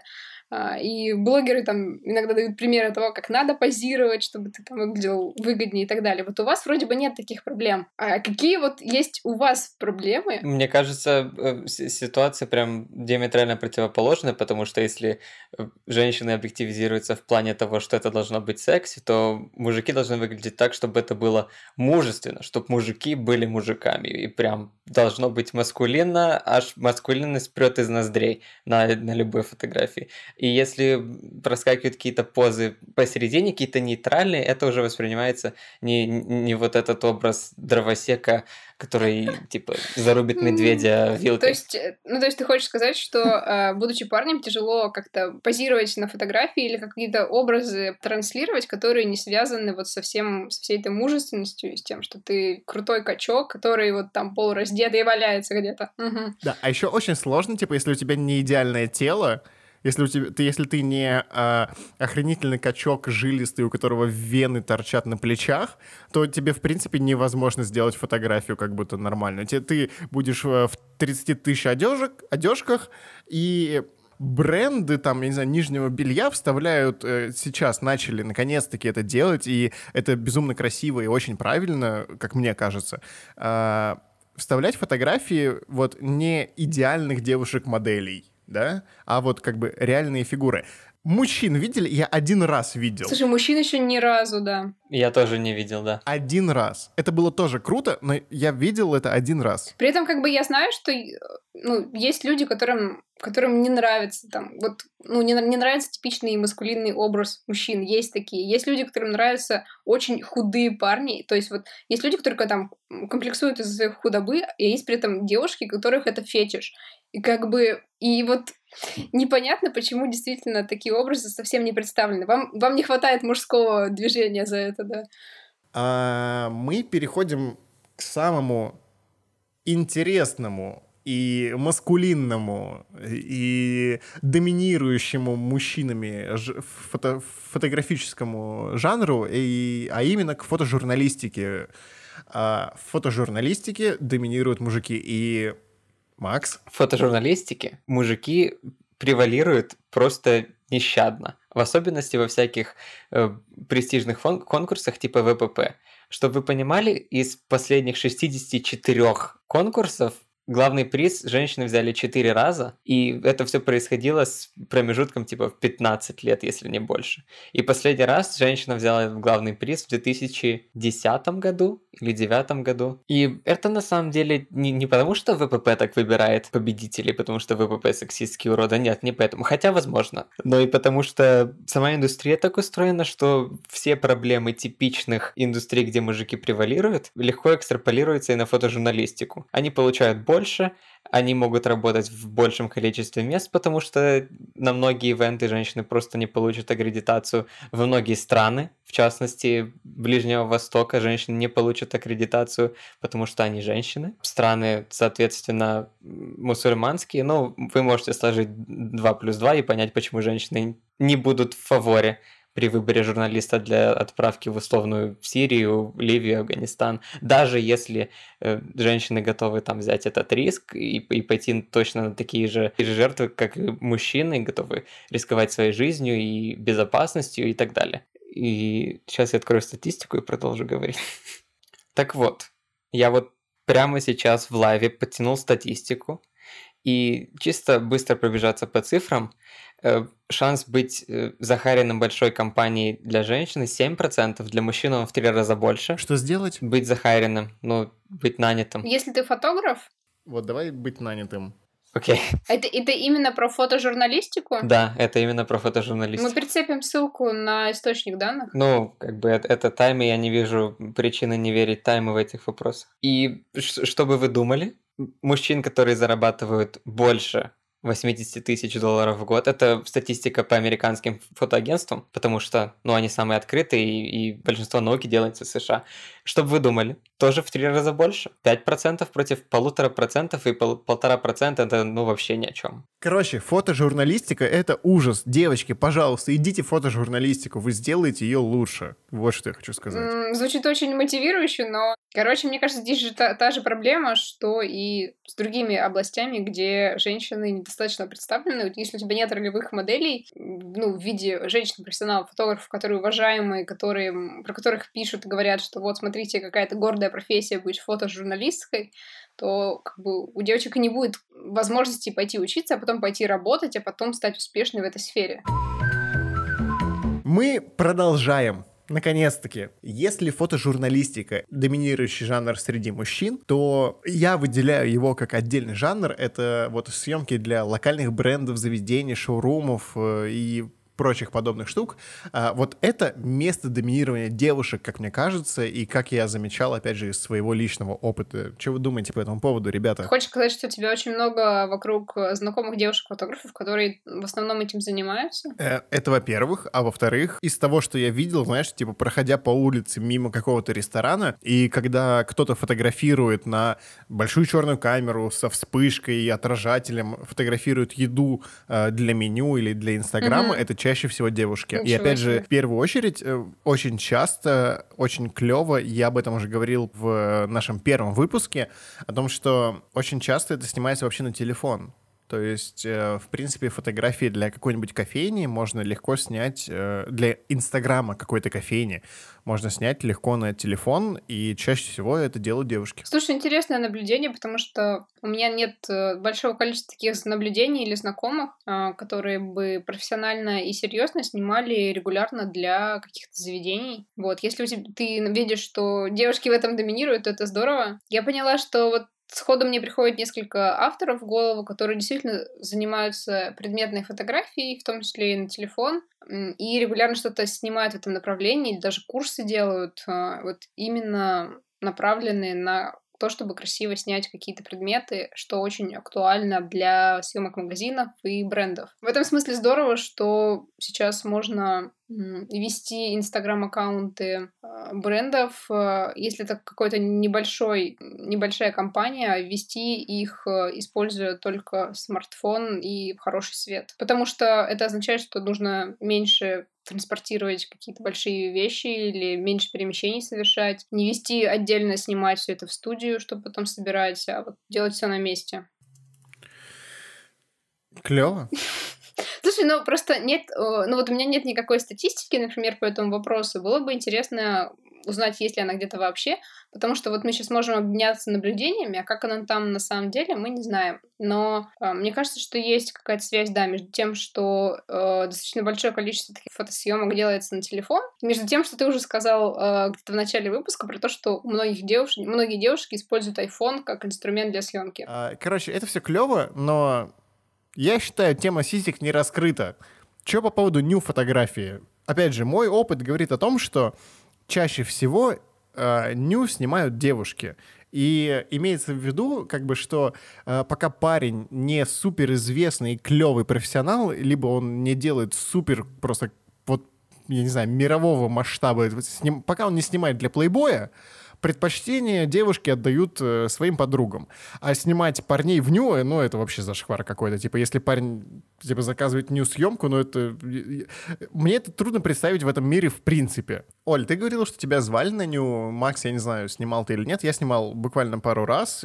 и блогеры там иногда дают примеры того, как надо позировать, чтобы ты там выглядел выгоднее и так далее. Вот у вас вроде бы нет таких проблем. А какие вот есть у вас проблемы? Мне кажется, ситуация прям диаметрально противоположная, потому что если женщины объективизируются в плане того, что это должно быть секси, то мужики должны выглядеть так, чтобы это было мужественно, чтобы мужики были мужиками. И прям должно быть маскулинно, аж маскулинность прет из ноздрей на, на любой фотографии. И если проскакивают какие-то позы посередине, какие-то нейтральные, это уже воспринимается не, не вот этот образ дровосека, который, типа, зарубит медведя вилкой. То есть, ну, то есть ты хочешь сказать, что, будучи парнем, тяжело как-то позировать на фотографии или какие-то образы транслировать, которые не связаны вот со всем, со всей этой мужественностью и с тем, что ты крутой качок, который вот там полураздетый и валяется где-то. Угу. Да, а еще очень сложно, типа, если у тебя не идеальное тело, Если, у тебя, ты, если ты не а, охренительный качок жилистый, у которого вены торчат на плечах, то тебе, в принципе, невозможно сделать фотографию как будто нормальную. Тебе, ты будешь в тридцати тысяч одежек, одежках, и бренды, там, я не знаю, нижнего белья вставляют э, сейчас, начали наконец-таки это делать, и это безумно красиво и очень правильно, как мне кажется, э, вставлять фотографии вот не идеальных девушек-моделей, да, а вот как бы реальные фигуры. Мужчин видели? Я один раз видел. Слушай, мужчин еще ни разу, да. Я тоже не видел, да. Один раз. Это было тоже круто, но я видел это один раз. При этом как бы я знаю, что ну, есть люди, которым, которым не нравится там, вот, ну, не, не нравится типичный маскулинный образ мужчин. Есть такие. Есть люди, которым нравятся очень худые парни. То есть вот есть люди, которые там комплексуют из-за своей худобы, и есть при этом девушки, у которых это фетиш. И как бы, и вот непонятно, почему действительно такие образы совсем не представлены. Вам, вам не хватает мужского движения за это, да? А, мы переходим к самому интересному и маскулинному, и доминирующему мужчинами фото, фотографическому жанру, и, а именно к фотожурналистике. А, в фотожурналистике доминируют мужики, и Макс? В фотожурналистике мужики превалируют просто нещадно. В особенности во всяких э, престижных фон- конкурсах типа вэ пэ пэ. Чтобы вы понимали, из последних шестидесяти четырёх конкурсов главный приз женщины взяли четыре раза, и это все происходило с промежутком типа в пятнадцать лет, если не больше. И последний раз женщина взяла главный приз в две тысячи десятом году или две тысячи девятом году. И это на самом деле не, не потому, что вэ пэ пэ так выбирает победителей, потому что вэ пэ пэ сексистские уроды, нет, не поэтому, хотя возможно, но и потому что сама индустрия так устроена, что все проблемы типичных индустрий, где мужики превалируют, легко экстраполируются и на фотожурналистику. Они получают больше, они могут работать в большем количестве мест, потому что на многие ивенты женщины просто не получат аккредитацию. В многие страны, в частности, Ближнего Востока, женщины не получат аккредитацию, потому что они женщины. Страны, соответственно, мусульманские, ну, вы можете сложить два плюс два и понять, почему женщины не будут в фаворе при выборе журналиста для отправки в условную Сирию, Ливию, Афганистан. Даже если э, женщины готовы там взять этот риск и, и пойти точно на такие же, такие же жертвы, как и мужчины, готовы рисковать своей жизнью и безопасностью и так далее. И сейчас я открою статистику и продолжу говорить. Так вот, я вот прямо сейчас в лайве подтянул статистику, и чисто быстро пробежаться по цифрам, э, шанс быть э, Захариным большой компанией для женщины семь процентов, для мужчин он в три раза больше. Что сделать? Быть Захариным, ну, быть нанятым. Если ты фотограф? Вот давай быть нанятым. Окей. Это, это именно про фотожурналистику? Да, это именно про фотожурналистику. Мы прицепим ссылку на источник данных. Ну, как бы это, это тайм, и я не вижу причины не верить тайму в этих вопросах. И ш- что бы вы думали? Мужчин, которые зарабатывают больше восемьдесят тысяч долларов в год, это статистика по американским фотоагентствам, потому что, ну, они самые открытые, и, и большинство науки делается в США. Что бы вы думали? Тоже в три раза больше. пять процентов против полутора процентов, и пол, полтора процента это, ну, вообще ни о чем. Короче, фотожурналистика — это ужас. Девочки, пожалуйста, идите в фотожурналистику, вы сделаете ее лучше. Вот что я хочу сказать. М, звучит очень мотивирующе, но Короче, мне кажется, здесь же та, та же проблема, что и с другими областями, где женщины недостаточно представлены. Вот если у тебя нет ролевых моделей, ну, в виде женщин-профессионалов, фотографов, которые уважаемые, которые, про которых пишут и говорят, что вот, смотрите, какая-то гордая профессия быть фотожурналисткой, то как бы у девочек и не будет возможности пойти учиться, а потом пойти работать, а потом стать успешной в этой сфере. Мы продолжаем. Наконец-таки, если фотожурналистика — доминирующий жанр среди мужчин, то я выделяю его как отдельный жанр. Это вот съемки для локальных брендов, заведений, шоурумов э, и прочих подобных штук. А, вот это место доминирования девушек, как мне кажется, и как я замечал, опять же, из своего личного опыта. Что вы думаете по этому поводу, ребята? Хочешь сказать, что у тебя очень много вокруг знакомых девушек-фотографов, которые в основном этим занимаются? Э, Это во-первых. А во-вторых, из того, что я видел, знаешь, типа, проходя по улице мимо какого-то ресторана, и когда кто-то фотографирует на большую черную камеру со вспышкой и отражателем, фотографирует еду э, для меню или для Инстаграма, угу. Это чаще всего девушки. Ничего и опять себе. Же, в первую очередь, э, очень часто, очень клево, я об этом уже говорил в нашем первом выпуске, о том, что очень часто это снимается вообще на телефон. То есть, э, в принципе, фотографии для какой-нибудь кофейни можно легко снять, э, для Инстаграма какой-то кофейни можно снять легко на телефон, и чаще всего это делают девушки. Слушай, интересное наблюдение, потому что у меня нет большого количества таких наблюдений или знакомых, э, которые бы профессионально и серьезно снимали регулярно для каких-то заведений. Вот, если у тебя, ты видишь, что девушки в этом доминируют, то это здорово. Я поняла, что вот сходу мне приходит несколько авторов в голову, которые действительно занимаются предметной фотографией, в том числе и на телефон, и регулярно что-то снимают в этом направлении, или даже курсы делают, вот именно направленные на то, чтобы красиво снять какие-то предметы, что очень актуально для съемок магазинов и брендов. В этом смысле здорово, что сейчас можно вести инстаграм-аккаунты брендов, если это какой-то небольшой, небольшая компания, вести их, используя только смартфон и хороший свет. Потому что это означает, что нужно меньше транспортировать какие-то большие вещи или меньше перемещений совершать, не вести отдельно, снимать все это в студию, чтобы потом собирать, а вот делать все на месте. Клево. Слушай, ну просто нет, ну вот у меня нет никакой статистики, например, по этому вопросу. Было бы интересно узнать, есть ли она где-то вообще, потому что вот мы сейчас можем обменяться наблюдениями, а как она там на самом деле, мы не знаем. Но э, мне кажется, что есть какая-то связь, да, между тем, что э, достаточно большое количество таких фотосъемок делается на телефон, и между тем, что ты уже сказал э, где-то в начале выпуска про то, что у многих девушек, многие девушки используют iPhone как инструмент для съемки. Короче, это все клево, но я считаю, тема сисек не раскрыта. Что по поводу ню-фотографии? Опять же, мой опыт говорит о том, что чаще всего э, ню снимают девушки. И имеется в виду, как бы, что э, пока парень не суперизвестный и клевый профессионал, либо он не делает супер просто, вот, я не знаю, мирового масштаба, сним, пока он не снимает для плейбоя, предпочтение девушки отдают э, своим подругам. А снимать парней в ню, ну, это вообще зашквар какой-то. Типа, если парень, типа, заказывает ню-съемку, ну, это... Мне это трудно представить в этом мире в принципе. Оль, ты говорила, что тебя звали на ню. Макс, я не знаю, снимал ты или нет. Я снимал буквально пару раз,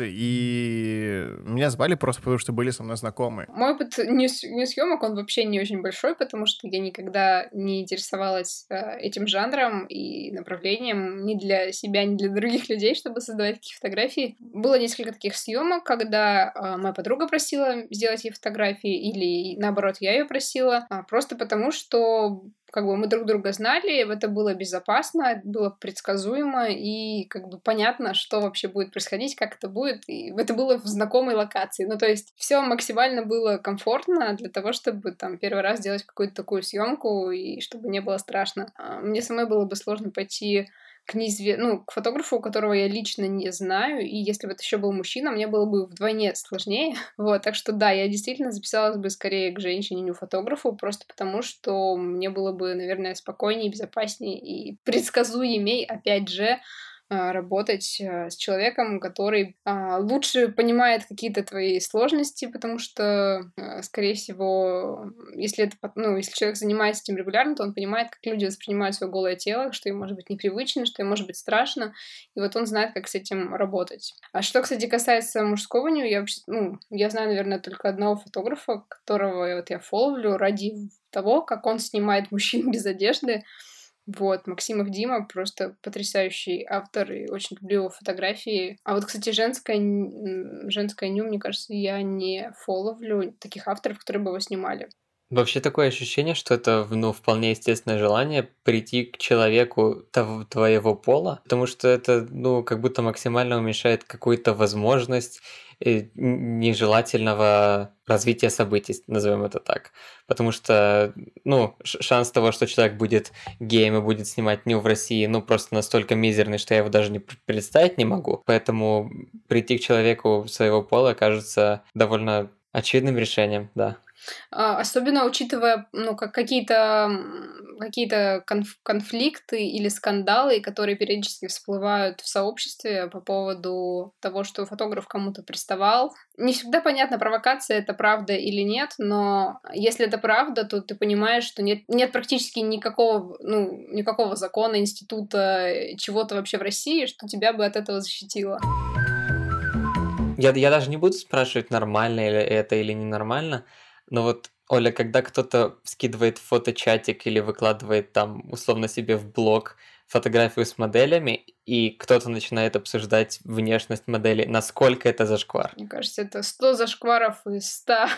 и меня звали просто потому, что были со мной знакомые. Мой опыт ню-съемок, он вообще не очень большой, потому что я никогда не интересовалась э, этим жанром и направлением ни для себя, ни для других других людей, чтобы создавать такие фотографии. Было несколько таких съемок, когда э, моя подруга просила сделать ей фотографии, или наоборот, я ее просила, а, просто потому что как бы мы друг друга знали, это было безопасно, было предсказуемо и как бы понятно, что вообще будет происходить, как это будет. И это было в знакомой локации. Ну, то есть все максимально было комфортно для того, чтобы там первый раз делать какую-то такую съемку и чтобы не было страшно. А, мне самой было бы сложно пойти к неизве... ну, к фотографу, которого я лично не знаю, и если бы это еще был мужчина, мне было бы вдвойне сложнее. Вот, так что да, я действительно записалась бы скорее к женщине-фотографу, просто потому что мне было бы, наверное, спокойнее, безопаснее и предсказуемей, опять же, а, работать а, с человеком, который а, лучше понимает какие-то твои сложности, потому что, а, скорее всего, если это, пот- ну, если человек занимается этим регулярно, то он понимает, как люди воспринимают свое голое тело, что им может быть непривычно, что им может быть страшно, и вот он знает, как с этим работать. А что, кстати, касается мужского ню, я вообще, ну, я знаю, наверное, только одного фотографа, которого вот я фоловлю ради того, как он снимает мужчин без одежды. Вот, Максимов Дима просто потрясающий автор, и очень люблю его фотографии. А вот, кстати, женское, н- женское ню, мне кажется, я не фоловлю таких авторов, которые бы его снимали. Вообще такое ощущение, что это, ну, вполне естественное желание прийти к человеку того, твоего пола, потому что это, ну, как будто максимально уменьшает какую-то возможность э, н- нежелательного развития событий, назовем это так. Потому что, ну, ш- шанс того, что человек будет геем и будет снимать ню в России, ну, просто настолько мизерный, что я его даже не пр- представить не могу. Поэтому прийти к человеку своего пола кажется довольно очевидным решением, да. А, Особенно учитывая, ну, как какие-то м, какие-то конф- конфликты или скандалы, которые периодически всплывают в сообществе по поводу того, что фотограф кому-то приставал. Не всегда понятно, провокация это правда или нет, но если это правда, то ты понимаешь, что нет, нет практически никакого, ну, никакого закона, института, э, чего-то вообще в России, что тебя бы от этого защитило. Я, я даже не буду спрашивать, нормально ли это или ненормально, но вот, Оля, когда кто-то скидывает фоточатик или выкладывает там, условно, себе в блог фотографию с моделями, и кто-то начинает обсуждать внешность модели, насколько это зашквар? Мне кажется, это сто зашкваров из ста.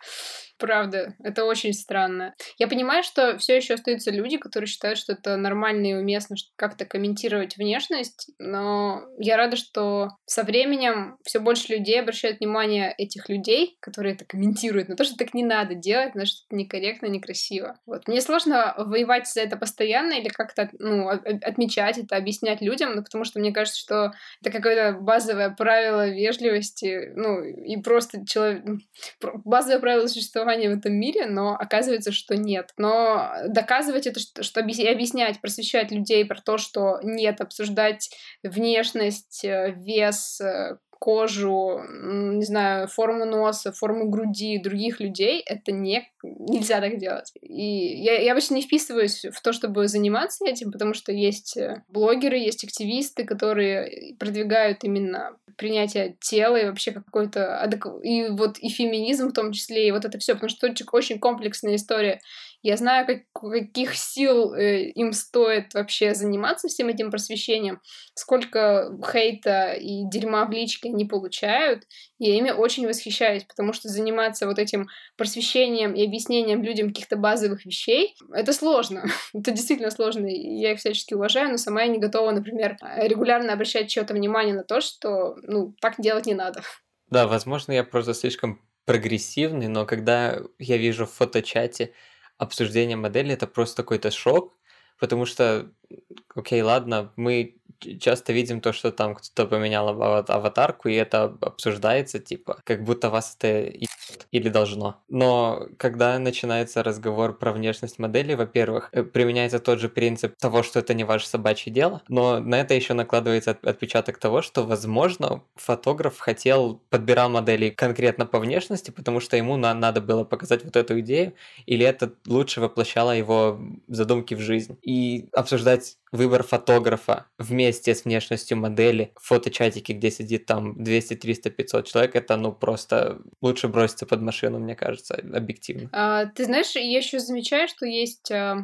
Правда, это очень странно. Я понимаю, что все еще остаются люди, которые считают, что это нормально и уместно ш- как-то комментировать внешность, но я рада, что со временем все больше людей обращают внимание этих людей, которые это комментируют, на то, что так не надо делать, на что это некорректно, некрасиво. Вот. Мне сложно воевать за это постоянно или как-то ну, о- о- отмечать это, объяснять людям, ну, потому что мне кажется, что это какое-то базовое правило вежливости, ну, и просто человек, пр- базовое правило существования в этом мире, но оказывается, что нет. Но доказывать это, что, что объяс- и объяснять, просвещать людей про то, что нет, обсуждать внешность, э, вес, э, кожу, м, не знаю, форму носа, форму груди других людей, это не, нельзя так делать. И я, я обычно не вписываюсь в то, чтобы заниматься этим, потому что есть э, блогеры, есть активисты, которые продвигают именно принятие тела и вообще какой-то адек- и вот и феминизм в том числе, и вот это все, потому что это очень комплексная история. Я знаю, как, каких сил э, им стоит вообще заниматься всем этим просвещением, сколько хейта и дерьма в личке они получают, и я ими очень восхищаюсь, потому что заниматься вот этим просвещением и объяснением людям каких-то базовых вещей, это сложно. Это действительно сложно, и я их всячески уважаю, но сама я не готова, например, регулярно обращать чьё-то внимание на то, что, ну, так делать не надо. Да, возможно, я просто слишком прогрессивный, но когда я вижу в фоточате обсуждение модели, это просто какой-то шок, потому что, окей, ладно, мы ч- часто видим то, что там кто-то поменял ава- аватарку, и это об- обсуждается, типа, как будто вас это ебет или должно. Но когда начинается разговор про внешность модели, во-первых, э, применяется тот же принцип того, что это не ваше собачье дело, но на это еще накладывается от- отпечаток того, что, возможно, фотограф хотел, подбирал модели конкретно по внешности, потому что ему на- надо было показать вот эту идею, или это лучше воплощало его задумки в жизнь. И обсуждать выбор фотографа вместе с внешностью модели в фоточатике, где сидит там двести, триста, пятьсот человек, это ну просто лучше броситься под машину, мне кажется, объективно. А, ты знаешь, я еще замечаю, что есть... а,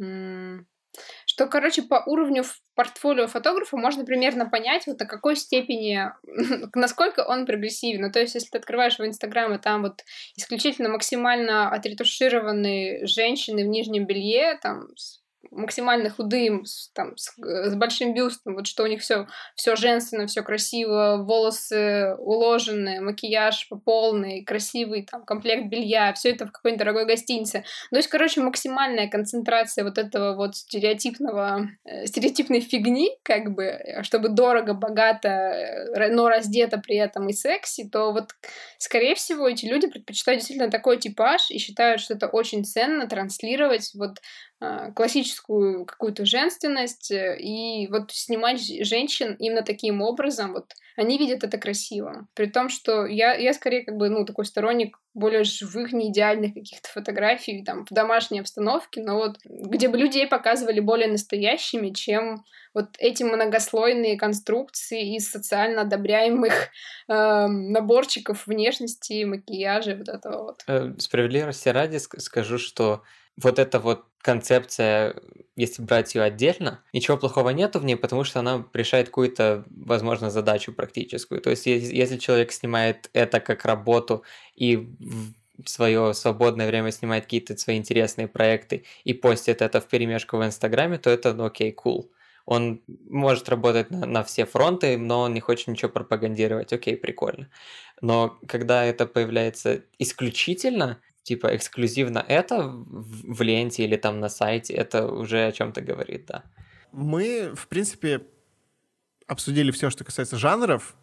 м, что, короче, по уровню ф- портфолио фотографа можно примерно понять, вот на какой степени, насколько он прогрессивен. Ну, то есть, если ты открываешь его Инстаграм, и там вот исключительно максимально отретушированные женщины в нижнем белье, там, с максимально худым, с, там, с, э, с большим бюстом, вот что у них все все женственно, все красиво, волосы уложенные, макияж по полный, красивый там комплект белья, все это в какой-нибудь дорогой гостинице. То есть, короче, максимальная концентрация вот этого вот стереотипного, э, стереотипной фигни, как бы, э, чтобы дорого, богато, э, но раздето при этом и секси, то вот, скорее всего, эти люди предпочитают действительно такой типаж и считают, что это очень ценно транслировать вот классическую какую-то женственность, и вот снимать женщин именно таким образом, вот они видят это красиво. При том, что я, я скорее как бы, ну, такой сторонник более живых, не идеальных каких-то фотографий там, в домашней обстановке, но вот где бы людей показывали более настоящими, чем вот эти многослойные конструкции из социально одобряемых э, наборчиков внешности, макияжа, вот этого вот. Справедливости ради скажу, что вот эта вот концепция, если брать ее отдельно, ничего плохого нету в ней, потому что она решает какую-то, возможно, задачу практическую. То есть если человек снимает это как работу и в свое свободное время снимает какие-то свои интересные проекты и постит это вперемешку в Инстаграме, то это, ну, окей, cool. Он может работать на, на все фронты, но он не хочет ничего пропагандировать. Окей, прикольно. Но когда это появляется исключительно, типа эксклюзивно это в, в ленте или там на сайте, это уже о чем-то говорит, да. Мы, в принципе, обсудили все, что касается жанров,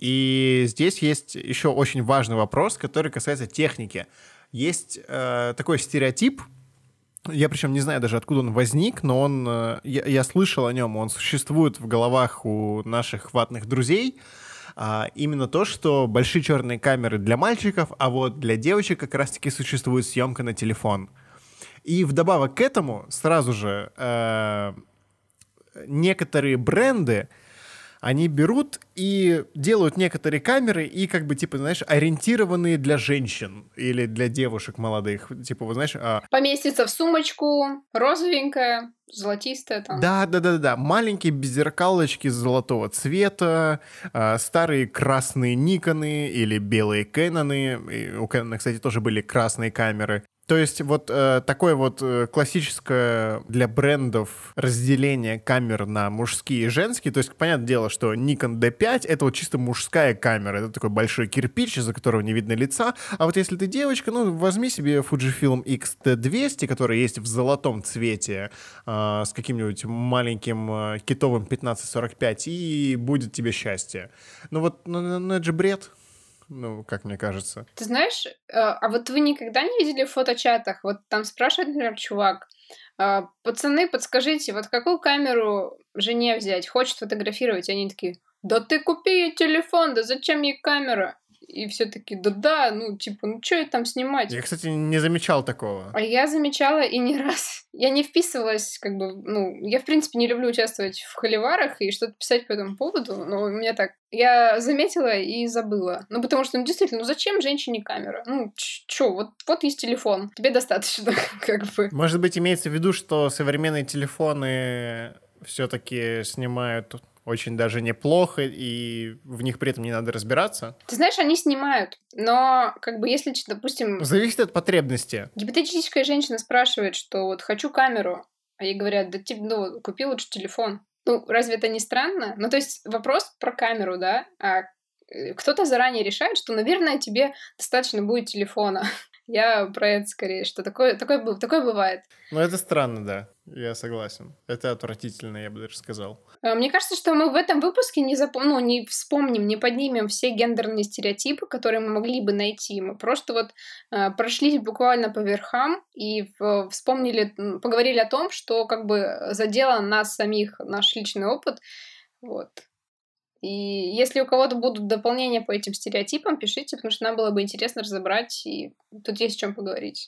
и здесь есть еще очень важный вопрос, который касается техники. Есть э, такой стереотип, я причем не знаю даже, откуда он возник, но он, э, я, я слышал о нем, он существует в головах у наших хватных друзей. А, именно то, что большие черные камеры для мальчиков, а вот для девочек как раз-таки существует съемка на телефон. И вдобавок к этому сразу же э, некоторые бренды, они берут и делают некоторые камеры и как бы, типа, знаешь, ориентированные для женщин или для девушек молодых. Типа, вот знаешь... А... Поместится в сумочку, розовенькая, золотистая там. Да, да, да, да. Маленькие беззеркалочки золотого цвета, э, старые красные Никоны или белые Кэноны. И у Кэнона, кстати, тоже были красные камеры. То есть вот э, такое вот э, классическое для брендов разделение камер на мужские и женские. То есть, понятное дело, что Nikon ди пять — это вот чисто мужская камера. Это такой большой кирпич, из-за которого не видно лица. А вот если ты девочка, ну, возьми себе Fujifilm икс ти двести, который есть в золотом цвете, э, с каким-нибудь маленьким э, китовым пятнадцать сорок пять, и будет тебе счастье. Ну вот, ну, ну это же бред. Ну, как мне кажется. Ты знаешь, а вот вы никогда не видели в фоточатах? Вот там спрашивает, например, чувак, пацаны, подскажите, вот какую камеру жене взять? Хочет фотографировать. И они такие, да ты купи ей телефон, да зачем ей камера? И все таки да-да, ну, типа, ну, что ей там снимать? Я, кстати, не замечал такого. А я замечала и не раз. Я не вписывалась, как бы, ну, я, в принципе, не люблю участвовать в холиварах и что-то писать по этому поводу, но у меня так, я заметила и забыла. Ну, потому что, ну, действительно, ну, зачем женщине камера? Ну, чё, вот, вот есть телефон, тебе достаточно, как бы. Может быть, имеется в виду, что современные телефоны все-таки снимают очень даже неплохо, и в них при этом не надо разбираться. Ты знаешь, они снимают, но, как бы, если, допустим... Зависит от потребности. Гипотетическая женщина спрашивает, что вот хочу камеру, а ей говорят, да тебе, ну, купи лучше телефон. Ну, разве это не странно? Ну, то есть вопрос про камеру, да, а кто-то заранее решает, что, наверное, тебе достаточно будет телефона. Я про это скорее, что такое, такое, такое бывает. Ну, это странно, да, я согласен. Это отвратительно, я бы даже сказал. Мне кажется, что мы в этом выпуске не, зап... ну, не вспомним, не поднимем все гендерные стереотипы, которые мы могли бы найти. Мы просто вот э, прошлись буквально по верхам и в... вспомнили, поговорили о том, что как бы задело нас самих, наш личный опыт. Вот. И если у кого-то будут дополнения по этим стереотипам, пишите, потому что нам было бы интересно разобрать, и тут есть о чем поговорить.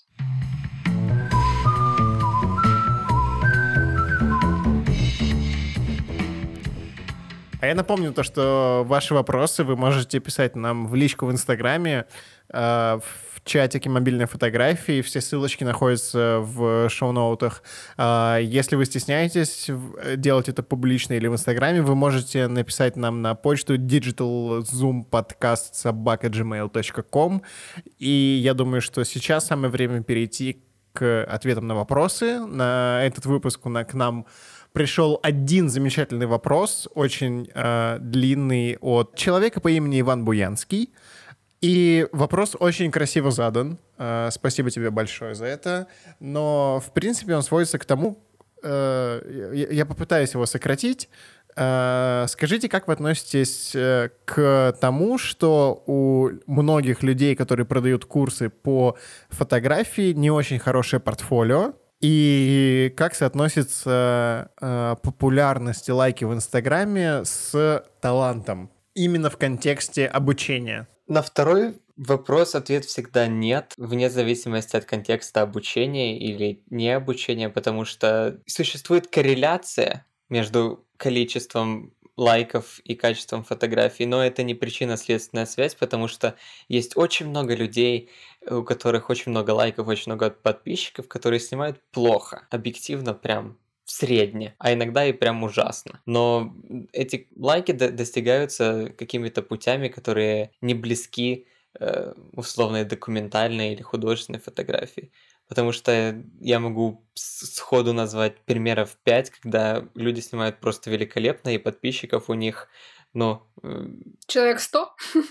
А я напомню то, что ваши вопросы вы можете писать нам в личку в Инстаграме, э, в чатике «Мобильные фотографии». Все ссылочки находятся в шоу-ноутах. Э, если вы стесняетесь делать это публично или в Инстаграме, вы можете написать нам на почту digitalzoompodcast собака джимейл точка ком. И я думаю, что сейчас самое время перейти к ответам на вопросы. На этот выпуск на, к нам пришел один замечательный вопрос, очень э, длинный, от человека по имени Иван Буянский. И вопрос очень красиво задан. Э, спасибо тебе большое за это. Но, в принципе, он сводится к тому, э, я, я попытаюсь его сократить. Э, скажите, как вы относитесь э, к тому, что у многих людей, которые продают курсы по фотографии, не очень хорошее портфолио? И как соотносится э, популярность и лайки в Инстаграме с талантом? Именно в контексте обучения. На второй вопрос ответ всегда нет, вне зависимости от контекста обучения или не обучения, потому что существует корреляция между количеством лайков и качеством фотографий, но это не причинно-следственная связь, потому что есть очень много людей, у которых очень много лайков, очень много подписчиков, которые снимают плохо, объективно прям средне, а иногда и прям ужасно. Но эти лайки до- достигаются какими-то путями, которые не близки э, условной документальной или художественной фотографии. Потому что я могу с- сходу назвать примеров пять, когда люди снимают просто великолепно, и подписчиков у них, ну, э, Человек сто?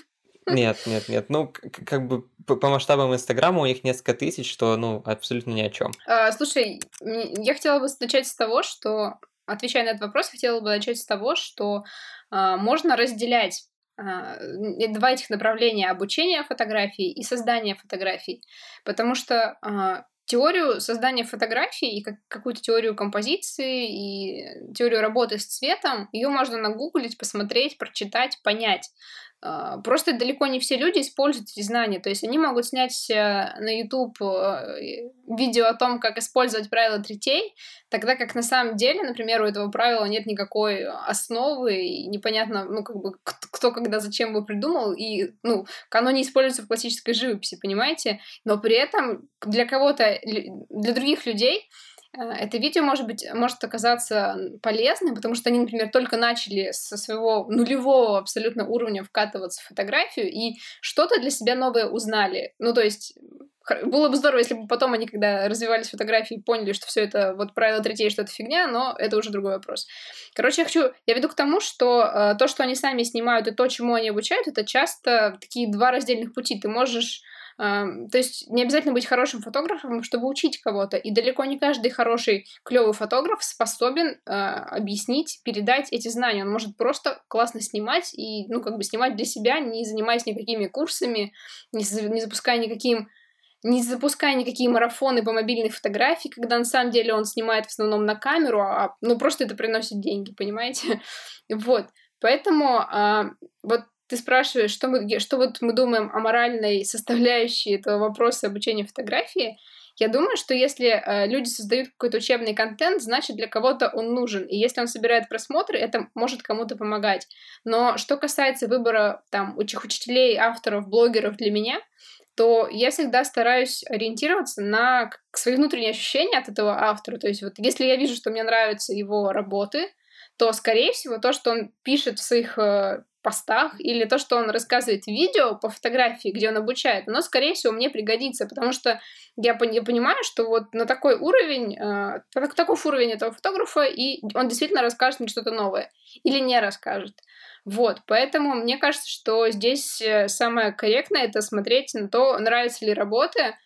нет, нет, нет. Ну, к- к- как бы по по масштабам Инстаграма у них несколько тысяч, что, ну, абсолютно ни о чем. А, слушай, м, я хотела бы начать с того, что, отвечая на этот вопрос, хотела бы начать с того, что а, можно разделять а, н- два этих направления обучения фотографии и создания фотографий, потому что а, теорию создания фотографий и как- какую-то теорию композиции и теорию работы с цветом, ее можно нагуглить, посмотреть, прочитать, понять. А, Просто далеко не все люди используют эти знания. То есть они могут снять э, на YouTube э, видео о том, как использовать правила третей, тогда как на самом деле, например, у этого правила нет никакой основы, и непонятно, ну, как бы, кто, кто когда, зачем его придумал, и, ну, оно не используется в классической живописи, понимаете? Но при этом для кого-то, лю- для других людей э, это видео может быть, может оказаться полезным, потому что они, например, только начали со своего нулевого абсолютно уровня вкатываться в фотографию и что-то для себя новое узнали. Ну, то есть хор- было бы здорово, если бы потом они, когда развивались фотографии, поняли, что все это вот правило третей, что это фигня, но это уже другой вопрос. Короче, я хочу, я веду к тому, что э, то, что они сами снимают, и то, чему они обучают, это часто такие два раздельных пути. Ты можешь Ам, то есть не обязательно быть хорошим фотографом, чтобы учить кого-то. И далеко не каждый хороший, клевый фотограф способен а, объяснить, передать эти знания. Он может просто классно снимать и, ну, как бы снимать для себя, не занимаясь никакими курсами, не, за- не запуская никаким не запуская никакие марафоны по мобильной фотографии, когда на самом деле он снимает в основном на камеру, а ну просто это приносит деньги, понимаете? Вот. Поэтому а, вот ты спрашиваешь, что мы, что вот мы думаем о моральной составляющей этого вопроса обучения фотографии. Я думаю, что если э, люди создают какой-то учебный контент, значит, для кого-то он нужен. И если он собирает просмотры, это может кому-то помогать. Но что касается выбора там уч- учителей, авторов, блогеров для меня, то я всегда стараюсь ориентироваться на к- свои внутренние ощущения от этого автора. То есть вот если я вижу, что мне нравятся его работы, то, скорее всего, то, что он пишет в своих э, постах, или то, что он рассказывает в видео по фотографии, где он обучает, оно, скорее всего, мне пригодится, потому что я, пон- я понимаю, что вот на такой уровень, э, так- таков уровень этого фотографа, и он действительно расскажет мне что-то новое, или не расскажет. Вот, поэтому мне кажется, что здесь э, самое корректное — это смотреть на то, нравятся ли работы,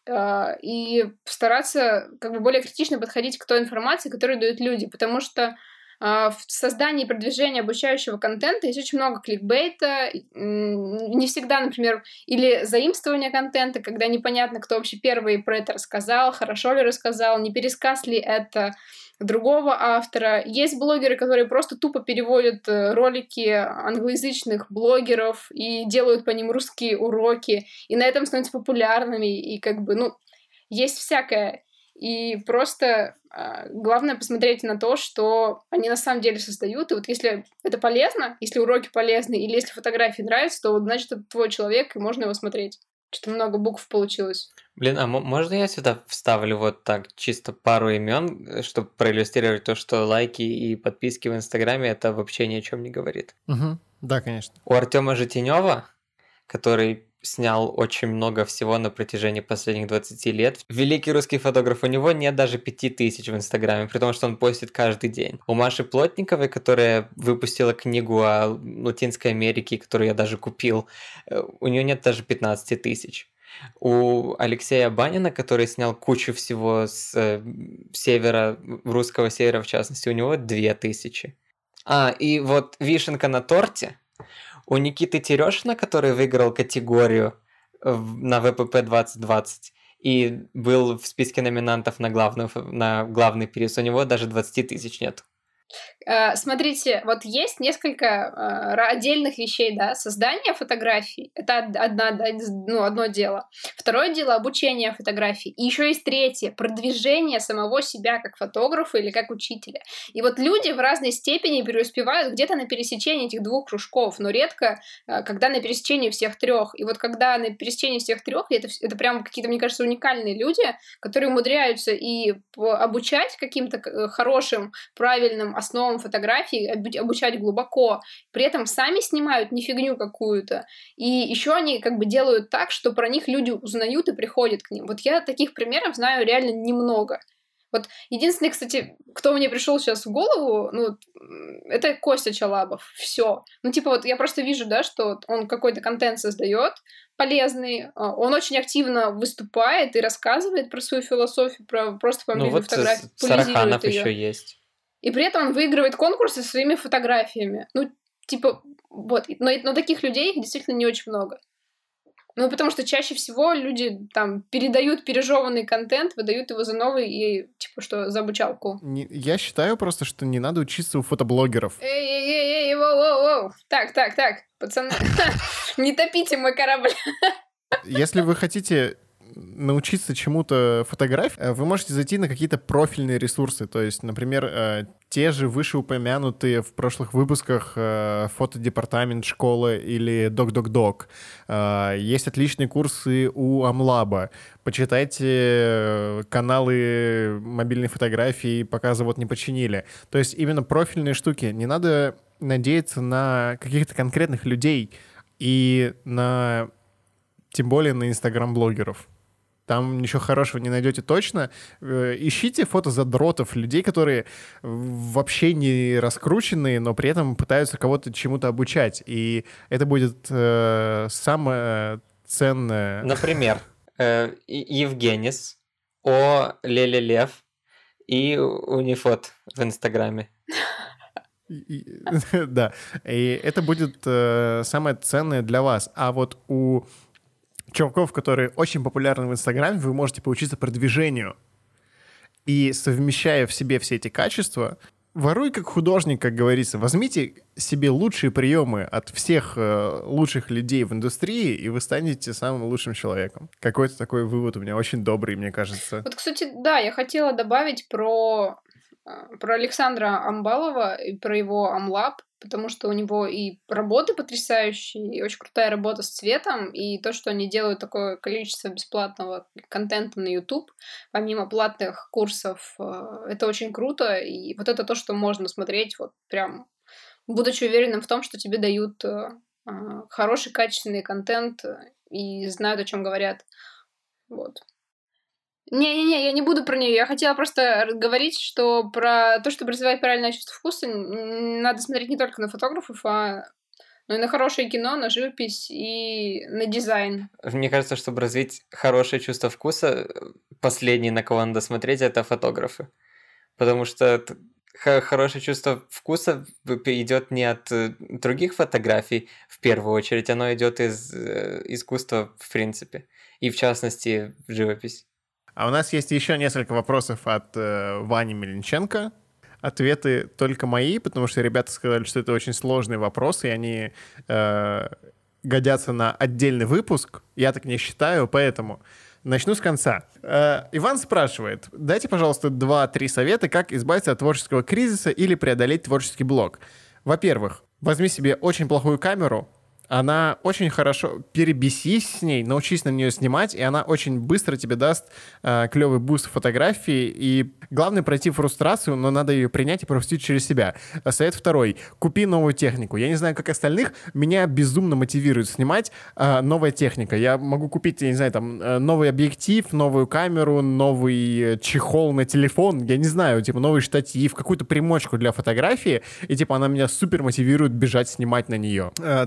э, и стараться как бы более критично подходить к той информации, которую дают люди, потому что а, в создании и продвижении обучающего контента есть очень много кликбейта, м, не всегда, например, или заимствование контента, когда непонятно, кто вообще первый про это рассказал, хорошо ли рассказал, не пересказ ли это другого автора. Есть блогеры, которые просто тупо переводят э, ролики англоязычных блогеров и делают по ним русские уроки, и на этом становятся популярными, и как бы, ну, есть всякое. И просто а, главное посмотреть на то, что они на самом деле создают. И вот если это полезно, если уроки полезны, или если фотографии нравятся, то вот значит это твой человек, и можно его смотреть. Что-то много букв получилось. Блин, а мо- можно я сюда вставлю вот так чисто пару имен, чтобы проиллюстрировать то, что лайки и подписки в Инстаграме это вообще ни о чем не говорит. Мгм. Да, конечно. У Артема Житинева, который снял очень много всего на протяжении последних двадцати лет. Великий русский фотограф, у него нет даже пяти тысяч в Инстаграме, при том, что он постит каждый день. У Маши Плотниковой, которая выпустила книгу о Латинской Америке, которую я даже купил, э, у нее нет даже пятнадцати тысяч. У Алексея Банина, который снял кучу всего с э, севера, русского севера в частности, у него две тысячи. А, и вот вишенка на торте. У Никиты Терешина, который выиграл категорию в- на вэ пэ пэ двадцать двадцать, и был в списке номинантов на, главную, на главный приз. У него даже двадцать тысяч нет. Смотрите, вот есть несколько э, отдельных вещей, да, создание фотографий, это одна, да, ну, одно дело. Второе дело — обучение фотографий. И еще есть третье — продвижение самого себя как фотографа или как учителя. И вот люди в разной степени преуспевают где-то на пересечении этих двух кружков, но редко, э, когда на пересечении всех трех. И вот когда на пересечении всех трех, это, это прям какие-то, мне кажется, уникальные люди, которые умудряются и обучать каким-то хорошим, правильным основам фотографий, обучать глубоко, при этом сами снимают не фигню какую-то, и еще они как бы делают так, что про них люди узнают и приходят к ним. Вот я таких примеров знаю реально немного. Вот единственный, кстати, кто мне пришел сейчас в голову, ну, это Костя Чалабов. Все. Ну, типа, вот я просто вижу, да, что он какой-то контент создает полезный, он очень активно выступает и рассказывает про свою философию, про просто по ну, вот фотографии, Сараханов ее. еще есть. И при этом он выигрывает конкурсы своими фотографиями. Ну, типа, вот. Но, но таких людей их действительно не очень много. Ну, потому что чаще всего люди там передают пережеванный контент, выдают его за новый и, типа, что, за обучалку. Не, я считаю просто, что не надо учиться у фотоблогеров. Эй-эй-эй, воу-воу-воу. Так, так, так, пацаны, не топите мой корабль. Если вы хотите научиться чему-то фотографии, вы можете зайти на какие-то профильные ресурсы. То есть, например, те же вышеупомянутые в прошлых выпусках фотодепартамент школы или док-док-док. Есть отличные курсы у Амлаба. Почитайте каналы мобильной фотографии, пока завод не починили. То есть именно профильные штуки. Не надо надеяться на каких-то конкретных людей и на... тем более на инстаграм-блогеров. Там ничего хорошего не найдете точно. Ищите фотозадротов, людей, которые вообще не раскрученные, но при этом пытаются кого-то чему-то обучать. И это будет э, самое ценное. Например, э, Евгенис, О Леле Лев и Унифот в Инстаграме. Да. И это будет э, самое ценное для вас. А вот у чуваков, которые очень популярны в Инстаграме, вы можете поучиться продвижению. И совмещая в себе все эти качества, воруй как художник, как говорится. Возьмите себе лучшие приемы от всех э, лучших людей в индустрии, и вы станете самым лучшим человеком. Какой-то такой вывод у меня очень добрый, мне кажется. Вот, кстати, да, я хотела добавить про, про Александра Амбалова и про его Амлаб, потому что у него и работы потрясающие, и очень крутая работа с цветом, и то, что они делают такое количество бесплатного контента на YouTube, помимо платных курсов, это очень круто, и вот это то, что можно смотреть, вот прям, будучи уверенным в том, что тебе дают хороший, качественный контент и знают, о чем говорят. Вот. Не-не-не, я не буду про нее. Я хотела просто говорить, что про то, чтобы развивать правильное чувство вкуса, надо смотреть не только на фотографов, а но и на хорошее кино, на живопись и на дизайн. Мне кажется, чтобы развить хорошее чувство вкуса, последний, на кого надо смотреть, это фотографы. Потому что хорошее чувство вкуса идет не от других фотографий в первую очередь, оно идет из искусства в принципе. И в частности, живопись. А у нас есть еще несколько вопросов от э, Вани Меленченко. Ответы только мои, потому что ребята сказали, что это очень сложные вопросы, и они э, годятся на отдельный выпуск. Я так не считаю, поэтому начну с конца. Э, Иван спрашивает, дайте, пожалуйста, два-три совета, как избавиться от творческого кризиса или преодолеть творческий блок. Во-первых, возьми себе очень плохую камеру, она очень хорошо, перебесись с ней, научись на нее снимать, и она очень быстро тебе даст э, клевый буст фотографии. И главное пройти фрустрацию, но надо ее принять и пропустить через себя. Совет второй. Купи новую технику. Я не знаю, как остальных, меня безумно мотивирует снимать э, новая техника. Я могу купить, я не знаю, там, новый объектив, новую камеру, новый чехол на телефон, я не знаю, типа, новый штатив, какую-то примочку для фотографии, и, типа, она меня супер мотивирует бежать снимать на нее. Э, третий совет.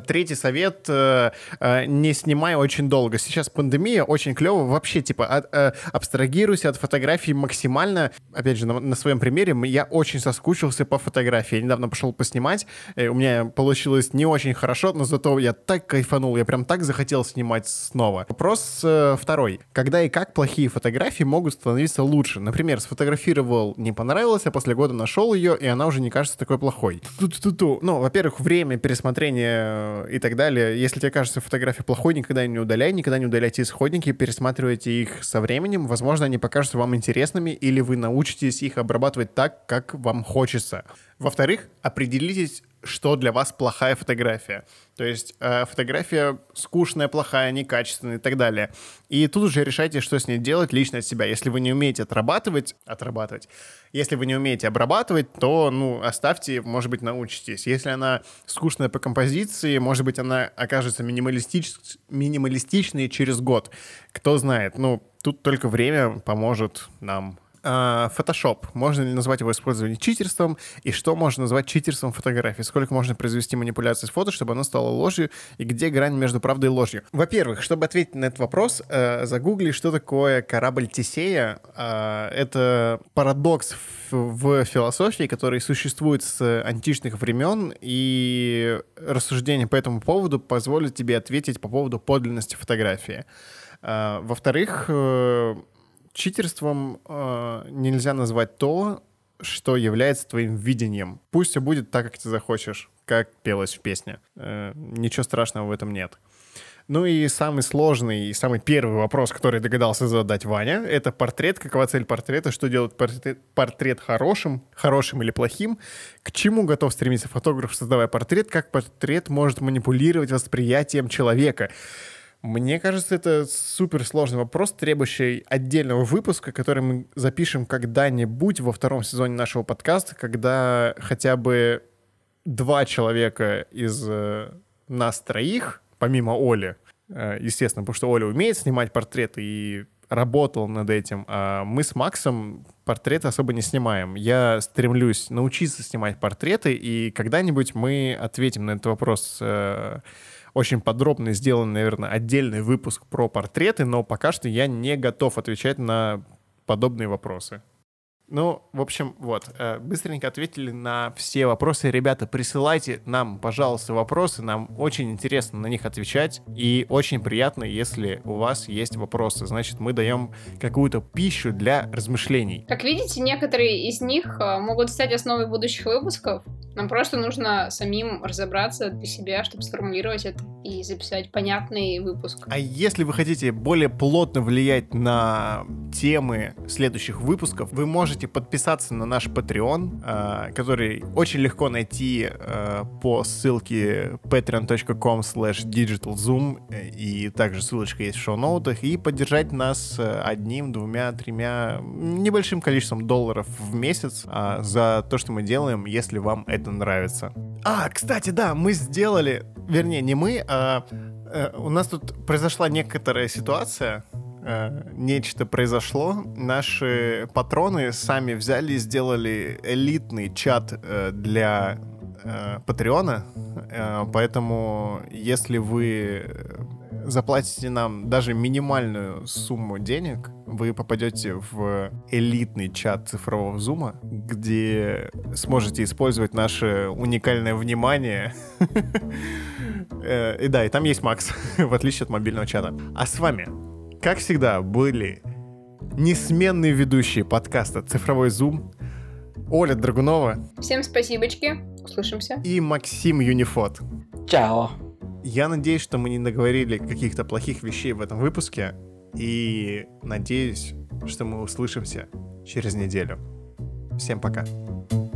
совет, э, э, не снимай очень долго. Сейчас пандемия, очень клево. Вообще, типа, от, э, абстрагируйся от фотографий максимально. Опять же, на, на своем примере, я очень соскучился по фотографии. Я недавно пошел поснимать, у меня получилось не очень хорошо, но зато я так кайфанул, я прям так захотел снимать снова. Вопрос э, второй. Когда и как плохие фотографии могут становиться лучше? Например, сфотографировал, не понравилось, а после года нашел ее, и она уже не кажется такой плохой. Ту-ту-ту-ту. Ну, во-первых, время пересмотрения и так далее. Если тебе кажется фотография плохой, никогда не удаляй, никогда не удаляйте исходники, пересматривайте их со временем. Возможно, они покажутся вам интересными, или вы научитесь их обрабатывать так, как вам хочется. Во-вторых, определитесь, что для вас плохая фотография. То есть э, фотография скучная, плохая, некачественная и так далее. И тут уже решайте, что с ней делать лично от себя. Если вы не умеете отрабатывать, отрабатывать, если вы не умеете обрабатывать, то, ну, оставьте, может быть, научитесь. Если она скучная по композиции, может быть, она окажется минималистич... минималистичной через год. Кто знает, ну, тут только время поможет нам. Photoshop. Можно ли назвать его использование читерством? И что можно назвать читерством фотографии? Сколько можно произвести манипуляций с фото, чтобы оно стало ложью? И где грань между правдой и ложью? Во-первых, чтобы ответить на этот вопрос, э, загугли, что такое корабль Тесея. Э, это парадокс в, в философии, который существует с античных времен, и рассуждения по этому поводу позволят тебе ответить по поводу подлинности фотографии. Э, во-вторых, э, читерством э, нельзя назвать то, что является твоим видением. Пусть все будет так, как ты захочешь, как пелось в песне. Э, ничего страшного в этом нет. Ну и самый сложный и самый первый вопрос, который догадался задать Ваня, это портрет. Какова цель портрета? Что делает портрет, портрет хорошим, хорошим или плохим? К чему готов стремиться фотограф, создавая портрет? Как портрет может манипулировать восприятием человека? Мне кажется, это суперсложный вопрос, требующий отдельного выпуска, который мы запишем когда-нибудь во втором сезоне нашего подкаста, когда хотя бы два человека из э, нас троих, помимо Оли, э, естественно, потому что Оля умеет снимать портреты и работал над этим, а мы с Максом портреты особо не снимаем. Я стремлюсь научиться снимать портреты, и когда-нибудь мы ответим на этот вопрос э, очень подробно, сделан, наверное, отдельный выпуск про портреты, но пока что я не готов отвечать на подобные вопросы. Ну, в общем, вот, быстренько ответили на все вопросы. Ребята, присылайте нам, пожалуйста, вопросы, нам очень интересно на них отвечать, и очень приятно, если у вас есть вопросы. Значит, мы даем какую-то пищу для размышлений. Как видите, некоторые из них могут стать основой будущих выпусков. Нам просто нужно самим разобраться для себя, чтобы сформулировать это и записать понятный выпуск. А если вы хотите более плотно влиять на темы следующих выпусков, вы можете подписаться на наш Patreon, который очень легко найти по ссылке patreon точка com slash digitalzoom, и также ссылочка есть в шоу-ноутах, и поддержать нас одним, двумя, тремя, небольшим количеством долларов в месяц за то, что мы делаем, если вам это нравится. А, кстати, да, мы сделали, вернее, не мы, а у нас тут произошла некоторая ситуация, нечто произошло. Наши патроны сами взяли и сделали элитный чат для Патреона, поэтому если вы заплатите нам даже минимальную сумму денег, вы попадете в элитный чат цифрового зума, где сможете использовать наше уникальное внимание. И да, и там есть Макс, в отличие от мобильного чата. А с вами, как всегда, были несменные ведущие подкаста «Цифровой зум» Оля Драгунова. Всем спасибочки, услышимся. И Максим Юнифот. Чао. Я надеюсь, что мы не наговорили каких-то плохих вещей в этом выпуске. И надеюсь, что мы услышимся через неделю. Всем пока.